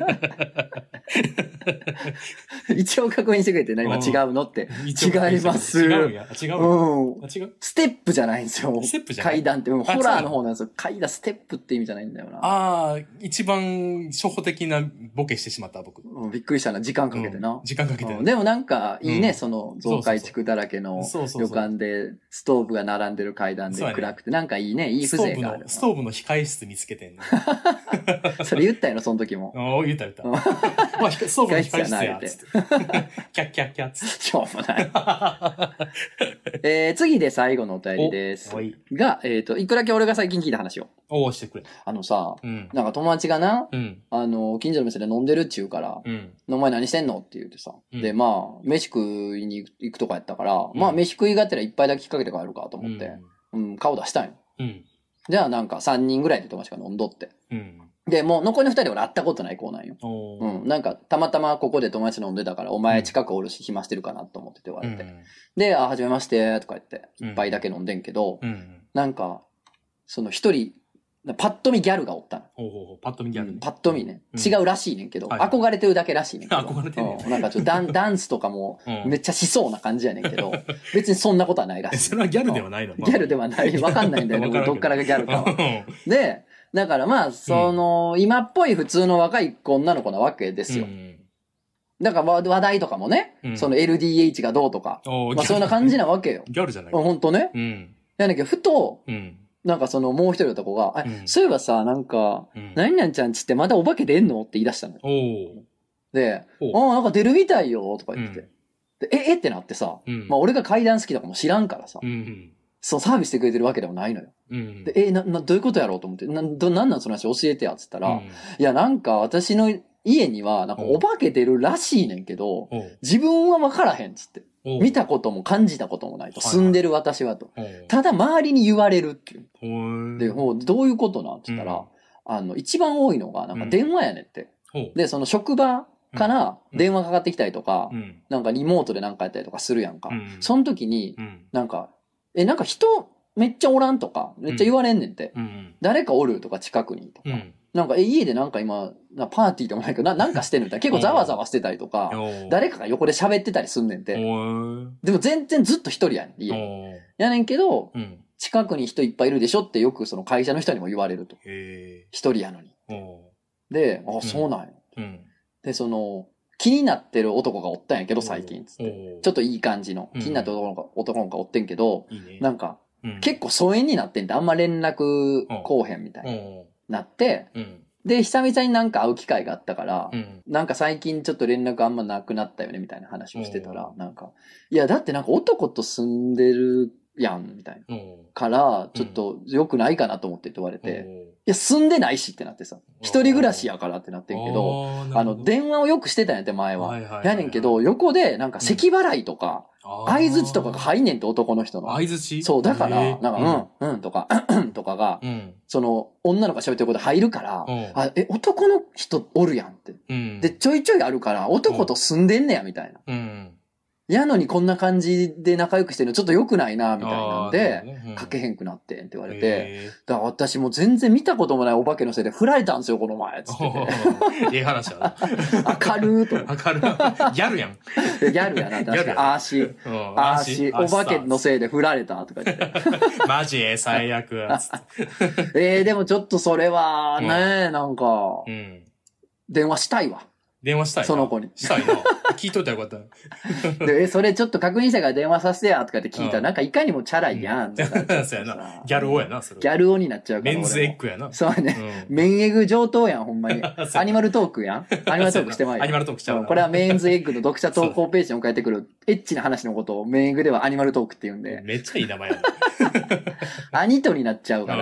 一応確認してくれてね、今違うのって。違います。 違うや。違う。違う。 ステップじゃないんですよ。 ステップじゃない。 階段って、ホラーの方なんですよ。階段、ステップって意味じゃないんだよな。 ああ、一番初歩的なボケしてしまった、僕。 びっくりしたな。時間かけてな。 時間かけて。 でもなんか、いいね、その、増改築だらけの旅館で、ストーブが並んでる階段で暗くて、なんかいいね、いい風情がある。 ストーブの控え室見つけてんね。 それ言ったよな、その時も。 言った。まあ、ストーブの控え室や、つって。キャッキャッキャッつって。 しょうもない。次で最後のお便りです。が、いくらけ俺が最近聞いた話を。 してくれ。 さ、なんか友達がな、近所の店で飲んでるっちゅうから、お前何してんのって言うてさ。で、まあ、飯食いに行くとかやったから、まあ、飯食いがてら一杯だけ引っ掛けて帰るかと思って、顔出したんよ。じゃあなんか3人ぐらいで友達が飲んどって。で、もう残りの2人俺会ったことない子なんよ。なんかたまたまここで友達飲んでたから、お前近くおるし暇してるかなと思ってて言われて。で、はじめましてとか言って、一杯だけ飲んでんけど、なんか、その一人、パッと見ギャルがおったの。 パッと見ギャル、 パッと見ね。違うらしいねんけど、憧れてるだけらしいねんけど。 憧れてるね。 なんかちょっとダンスとかもめっちゃしそうな感じやねんけど、別にそんなことはないらしい。 それはギャルではないの？ ギャルではない。わかんないんだよね。どっからがギャルかは。で、だからまあ、今っぽい普通の若い女の子なわけですよ。だから話題とかもね、その LDH がどうとか、まあそんな感じなわけよ。 ギャルじゃない。 ほんとね。やねんけど、ふと、なんかもう一人のとこが、そういえばさ、なんか、何々ちゃんちってまだお化け出んのって言い出したの。で、なんか出るみたいよ、とか言って。で、ってなってさ、まあ俺が怪談好きとかも知らんからさ、そうサービスしてくれてるわけでもないのよ。で、どういうことやろうと思って、なんなんその話教えてや、つったら、いやなんか私の家には、なんかお化け出るらしいねんけど、自分は分からへん、つって。見たことも感じたこともないと。住んでる私はと。ただ周りに言われるっていう。で、どういうことなんって言ったら、一番多いのが、なんか電話やねんって。で、その職場から電話かかってきたりとか、なんかリモートでなんかやったりとかするやんか。その時に、なんか、なんか人めっちゃおらんとか、めっちゃ言われんねんって。誰かおるとか近くにとか。なんか、家でなんか今、パーティーでもないけど、なんかしてんのみたいな。結構ざわざわしてたりとか、誰かが横で喋ってたりすんねんて。でも全然ずっと一人やねん、家。やねんけど、近くに人いっぱいいるでしょってよくその会社の人にも言われると。一人やのに。で、そうなんや。で、気になってる男がおったんやけど、最近。つって。ちょっといい感じの。気になってる男の子がおってんけど、なんか、結構疎遠になってんて、あんま連絡こうへんみたいな。なって、で、久々になんか会う機会があったから、なんか最近ちょっと連絡あんまなくなったよねみたいな話をしてたら、なんか、いやだってなんか男と住んでるやんみたいな。から、ちょっと良くないかなと思ってって言われて、 や、住んでないしってなってさ。一人暮らしやからってなってんけど、電話をよくしてたんやって、前は。やねんけど、横で、なんか、咳払いとか、相槌とかが入んねんって、男の人の。 相槌そう、だから、なんか、とか、とかが、その、女の子が喋ってること入るから、男の人おるやんって。で、ちょいちょいあるから、男と住んでんねや、みたいな。やのにこんな感じで仲良くしてるのちょっと良くないな、みたいなんで、かけへんくなってんって言われて、だから私も全然見たこともないお化けのせいで振られたんですよ、この前、つってて。 ええ話やな。明るーと。 明るー。ギャルやん。 ギャルやな、確かに。あーし、お化けのせいで振られた、とか言って。 マジ最悪。 でもちょっとそれはね、なんか、電話したいわ。 電話したいな。 その子に。 したいな。聞いといたらよかった。 で、それちょっと確認したから電話させてや、とかって聞いたら、なんかいかにもチャラいやん。 そうやな。ギャル王やな、それ。 ギャル王になっちゃうから。 メンズエッグやな。 そうね。メンエグ上等やん、ほんまに。アニマルトークやん。アニマルトークしてまいよ。 アニマルトークしちゃう。 これはメンズエッグの読者投稿ページに送られてくる、エッチな話のことをメンエグではアニマルトークって言うんで。 めっちゃいい名前やな。アニトになっちゃうから。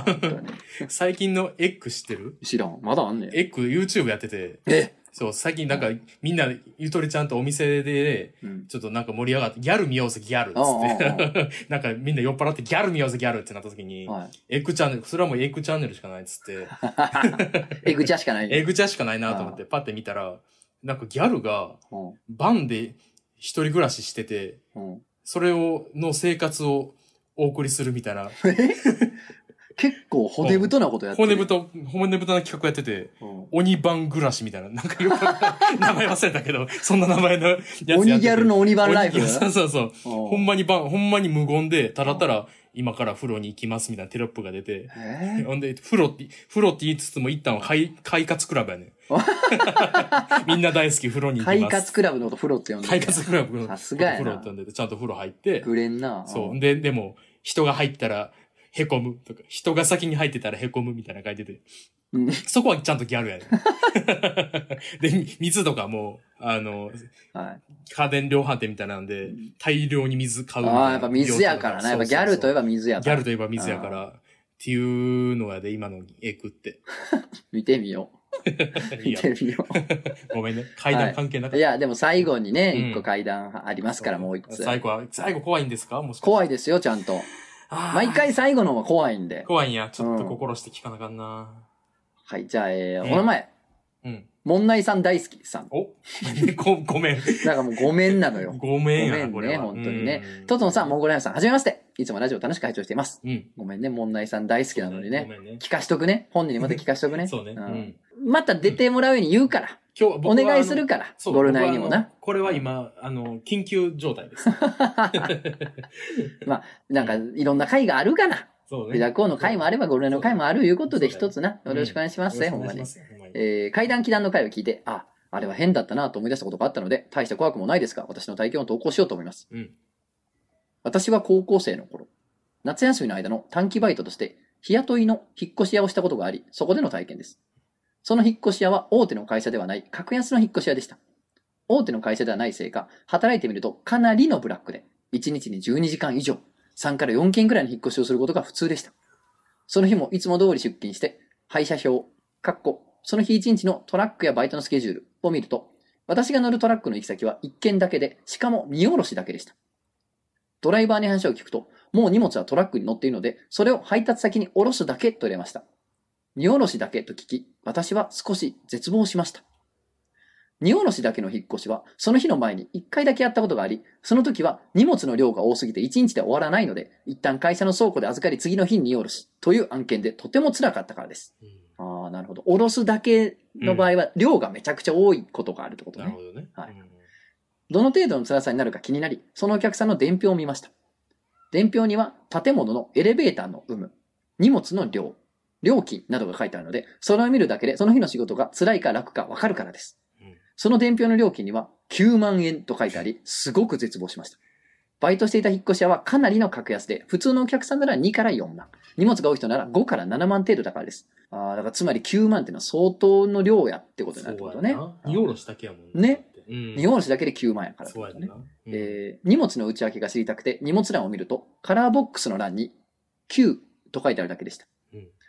最近のエッグ知ってる？ 知らん。まだあんねん。 エッグ YouTube やってて。そう、最近なんか、みんな、ゆとりちゃんとお店で、ちょっとなんか盛り上がって、ギャル見ようぜ、ギャルっつって。なんかみんな酔っ払って、ギャル見ようぜ、ギャルってなった時に、エッグチャンネル、それはもうエッグチャンネルしかないっつって。 エッグチャしかない。 エッグチャしかないなと思って、パッて見たら、なんかギャルが、バンで一人暮らししてて、それの生活をお送りするみたいな。 結構骨太なことやってる。 骨太な企画やってて、鬼番暮らしみたいな。なんかよく名前忘れたけど、そんな名前のやつやってて。 鬼ギャルの鬼番ライフ。 そう。ほんまに無言で、ただ今から風呂に行きますみたいなテロップが出て。ほんで、風呂って言いつつも一旦は快活クラブやね。みんな大好き風呂に行きます。 快活クラブのこと風呂って呼んでる。 快活クラブのさすがやな。 風呂って呼んでて、ちゃんと風呂入って。 くれんな。 そう。でも、人が入ったら、へこむとか、人が先に入ってたらへこむみたいな書いてて。そこはちゃんとギャルやね。で、水とかも、家電量販店みたいなんで、大量に水買うみたいな。 やっぱ水やからな。やっぱギャルといえば水やから。 ギャルといえば水やから。っていうのやで、今のエクって。 見てみよう。見てみよう。ごめんね。階段関係なかった。 いや、でも最後にね、一個階段ありますから、もう一つ。 最後怖いんですか？もしかして。 怖いですよ、ちゃんと。毎回最後の方が怖いんで。 怖いんや。ちょっと心して聞かなあかんな。 はい、じゃあ、お名前。門内さん大好きさん。 おごめん。 なんかもうごめんなのよ。 ごめんやごめんね、本当にね。トトンさん、モンゴライオンさん、はじめまして。いつもラジオ楽しく拝聴しています。ごめんね、門内さん大好きなのにね。聞かしとくね。本人にまた聞かしとくね。 そうね。 また出てもらうように言うから。今日お願いするから。ゴルナイにもな。 これは今、緊急状態です。 まあ、なんか、いろんな会があるかな。 そうね。 ビダコーの会もあれば、ゴルナイの会もあるいうことで一つな。よろしくお願いしますね、ほんまに。怪談祈談の会を聞いて、あれは変だったなと思い出したことがあったので、大して怖くもないですが、私の体験を投稿しようと思います。私は高校生の頃、夏休みの間の短期バイトとして、日雇いの引っ越し屋をしたことがあり、そこでの体験です。その引っ越し屋は大手の会社ではない格安の引っ越し屋でした。大手の会社ではないせいか、働いてみるとかなりのブラックで、1日に12時間以上、3から4件くらいの引っ越しをすることが普通でした。その日もいつも通り出勤して、配車表、その日1日のトラックやバイトのスケジュールを見ると、私が乗るトラックの行き先は1件だけで、しかも荷下ろしだけでした。ドライバーに話を聞くと、もう荷物はトラックに乗っているので、それを配達先に下ろすだけと入れました。荷下ろしだけと聞き、私は少し絶望しました。荷下ろしだけの引っ越しは、その日の前に1回だけやったことがあり、その時は荷物の量が多すぎて1日で終わらないので、一旦会社の倉庫で預かり次の日に荷下ろしという案件でとても辛かったからです。なるほど。下ろすだけの場合は、量がめちゃくちゃ多いことがあるってことね。 なるほどね。 はい。どの程度の辛さになるか気になり、そのお客さんの伝票を見ました。伝票には、建物のエレベーターの有無、荷物の量、料金などが書いてあるので、それを見るだけでその日の仕事が辛いか楽かわかるからです。その伝票の料金には9万円と書いてあり、すごく絶望しました。バイトしていた引っ越し屋はかなりの格安で、普通のお客さんなら2から4万。荷物が多い人なら5から7万程度だからです。だからつまり9万っていうのは相当の量やってことになるってことね。 荷下ろしだけやもんね。荷下ろしだけで9万やからってことね。荷物の内訳が知りたくて、荷物欄を見ると、カラーボックスの欄に9と書いてあるだけでした。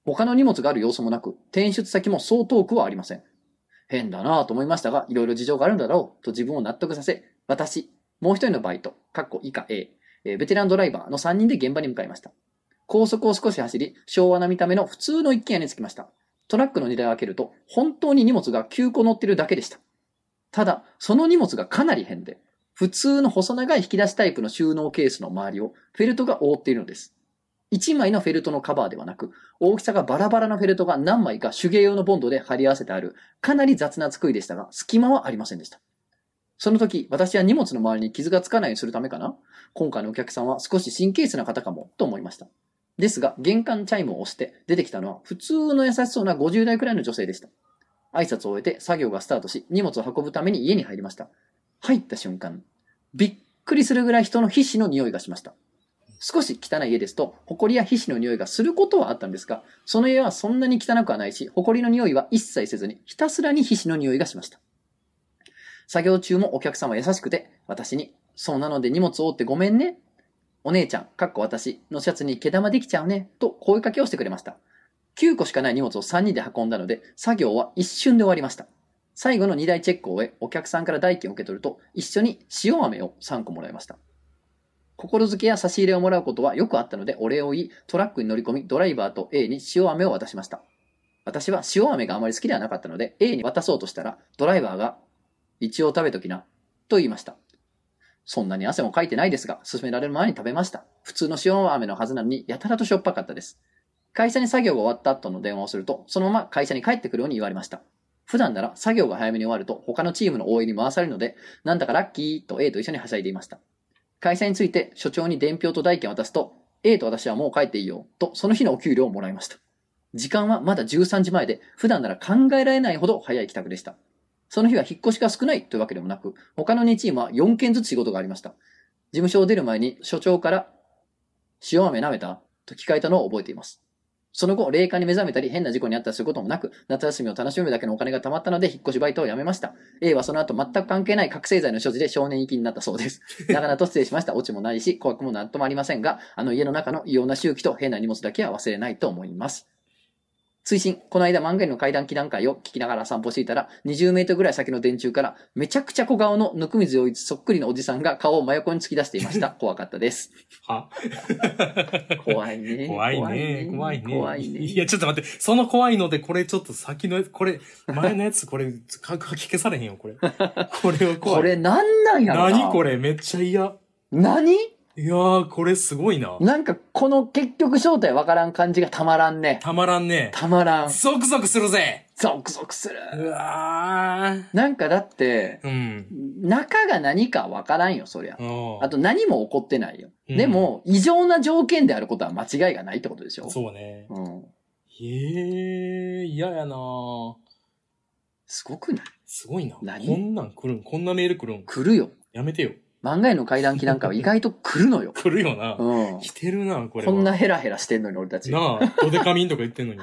他の荷物がある様子もなく、転出先もそう遠くはありません。変だなぁと思いましたが、いろいろ事情があるんだろうと自分を納得させ、私、もう一人のバイト、以下 A、ベテランドライバーの3人で現場に向かいました。高速を少し走り、昭和な見た目の普通の一軒家に着きました。トラックの荷台を開けると、本当に荷物が9個乗ってるだけでした。ただ、その荷物がかなり変で、普通の細長い引き出しタイプの収納ケースの周りをフェルトが覆っているのです。1枚のフェルトのカバーではなく、大きさがバラバラなフェルトが何枚か手芸用のボンドで貼り合わせてある、かなり雑な作りでしたが、隙間はありませんでした。その時、私は荷物の周りに傷がつかないようにするためかな？今回のお客さんは少し神経質な方かも、と思いました。ですが、玄関チャイムを押して出てきたのは普通の優しそうな50代くらいの女性でした。挨拶を終えて作業がスタートし、荷物を運ぶために家に入りました。入った瞬間、びっくりするぐらい人の皮脂の匂いがしました。少し汚い家ですと、埃や皮脂の匂いがすることはあったんですが、その家はそんなに汚くはないし、埃の匂いは一切せずに、ひたすらに皮脂の匂いがしました。作業中もお客さんは優しくて、私に、そうなので荷物を覆ってごめんね。お姉ちゃん、私のシャツに毛玉できちゃうね。と声かけをしてくれました。9個しかない荷物を3人で運んだので、作業は一瞬で終わりました。最後の2台チェックを終え、お客さんから代金を受け取ると、一緒に塩飴を3個もらいました。心づけや差し入れをもらうことはよくあったので、お礼を言い、トラックに乗り込み、ドライバーと A に塩飴を渡しました。私は塩飴があまり好きではなかったので、A に渡そうとしたら、ドライバーが、一応食べときな、と言いました。そんなに汗もかいてないですが、勧められる前に食べました。普通の塩飴のはずなのに、やたらとしょっぱかったです。会社に作業が終わった後の電話をすると、そのまま会社に帰ってくるように言われました。普段なら作業が早めに終わると、他のチームの応援に回されるので、なんだかラッキーと A と一緒にはしゃいでいました。会社について所長に伝票と代金を渡すと、A と私はもう帰っていいよ、とその日のお給料をもらいました。時間はまだ13時前で、普段なら考えられないほど早い帰宅でした。その日は引っ越しが少ないというわけでもなく、他の2チームは4件ずつ仕事がありました。事務所を出る前に所長から、塩飴舐めたと聞かれたのを覚えています。その後、霊感に目覚めたり変な事故にあったりすることもなく、夏休みを楽しむだけのお金が貯まったので、引っ越しバイトを辞めました。A はその後全く関係ない覚醒剤の所持で少年行きになったそうです。長々と失礼しました。オチもないし、怖くもなんともありませんが、あの家の中の異様な周期と変な荷物だけは忘れないと思います。追伸、この間漫画の怪談祈談会を聞きながら散歩していたら、20メートルぐらい先の電柱から、めちゃくちゃ小顔の温水洋一そっくりのおじさんが顔を真横に突き出していました。怖かったです。 は怖いね。 怖いね。怖いね。いや、ちょっと待って、その怖いので、これちょっと先の、これ、前のやつ、これ、書き消されへんよ、これ。これは怖い。 これなんなんやろな。 何これ、めっちゃ嫌。 何いやー、これすごいな。 なんか、この結局正体わからん感じがたまらんね。 たまらんね。 たまらん。 ゾクゾクするぜ。 ゾクゾクする。 うわー。 なんかだって、 うん。 中が何かわからんよ、そりゃ。あと何も起こってないよ。 うん、 でも、異常な条件であることは間違いがないってことでしょ。 そうね。 うん。 嫌やなぁ。 すごくない？ すごいな。 何？ こんなん来るん？こんなメール来るん？ 来るよ。 やめてよ。 漫画への怪談記なんかは意外と来るのよ。 来るよな。 うん。 来てるな、これは。 こんなヘラヘラしてんのに俺たち。 なあ、ドデカミンとか言ってんのに。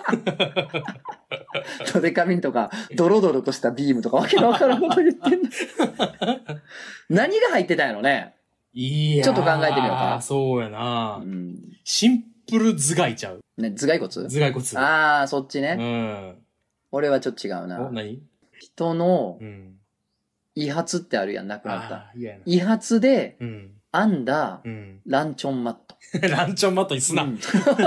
ドデカミンとか、ドロドロとしたビームとかわけのわからんこと言ってんの。何が入ってたんやろね。 いやちょっと考えてみようか。 そうやな、 うん、 シンプル頭蓋ちゃう。 ね、頭蓋骨？ 頭蓋骨。 ああ、そっちね。 うん。 俺はちょっと違うな。 何？ 人の、 うん。 遺髪ってあるやん、亡くなった。 遺髪で、 うん、 編んだ、 うん、 ランチョンマット。 ランチョンマットにすな。が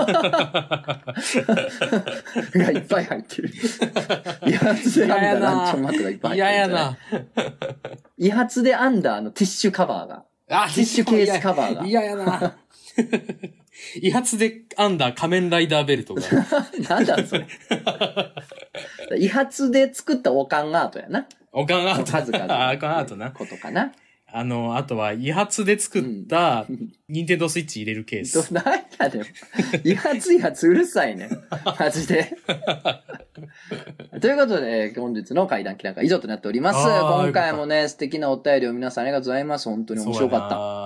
いっぱい入ってる。遺髪で編んだランチョンマットがいっぱい入ってる。 嫌やな。 遺髪で編んだティッシュカバーが。ティッシュケースカバーが。 嫌やな。遺髪で編んだ仮面ライダーベルトが。 なんだそれ。遺髪で作ったオカンアートやな。 オカンアート。 数々。 オカンアートな。 ことかな。 あとは、遺髪で作った、ニンテンドースイッチ入れるケース。 なんやでも。遺髪うるさいね。マジで。ということで、本日の怪談記なんか以上となっております。今回もね、素敵なお便りを皆さんありがとうございます。本当に面白かった。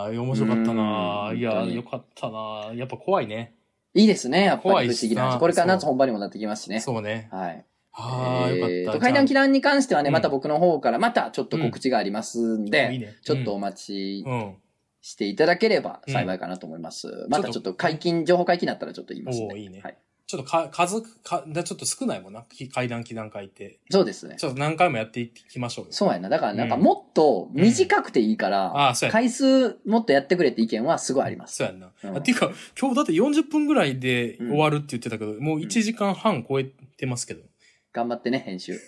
面白かったな。いや、よかったな。やっぱ怖いね。 いいですね。やっぱり不思議な話。これから夏本番にもなってきますしね。 そうね。 はい。 よかった。 怪談祈談に関してはね、また僕の方からまたちょっと告知がありますんで、ちょっとお待ちしていただければ幸いかなと思います。またちょっと情報解禁になったらちょっと言いますね。 いいね。 はい。 ちょっとちょっと少ないもんな。階段期段階って。 そうですね。 ちょっと何回もやっていきましょうよ。 そうやな。だからなんかもっと短くていいから、回数もっとやってくれって意見はすごいあります。 そうやんな。っていうか、今日だって40分ぐらいで終わるって言ってたけど、もう1時間半超えてますけど。 頑張ってね、編集。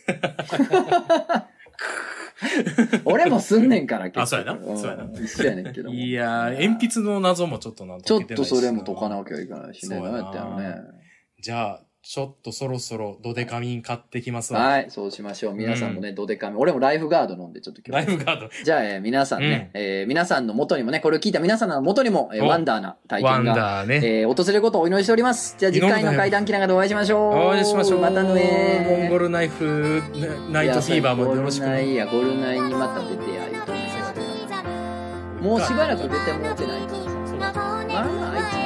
俺もすんねんから結構。そうやな。そうやな。 一緒やねんけど。 いやー、鉛筆の謎もちょっとちょっとそれも解かなきゃいけないしね。どうやったよね。 じゃあ、ちょっとそろそろドデカミン買ってきますわ。 はい、そうしましょう。皆さんもね、ドデカミン。俺もライフガード飲んでちょっと今日。ライフガード。 じゃあ、皆さんね、皆さんの元にもね、これを聞いた皆さんの元にも、ワンダーな体験が、訪れることをお祈りしております。じゃあ、次回の怪談気長でお会いしましょう。 お会いしましょう。 またねモンゴルナイフ、ナイトフィーバーもよろしく。 ゴルナイにまた出てや、言うとね。もうしばらく出てもらってないからさ。まあまあ、あいつ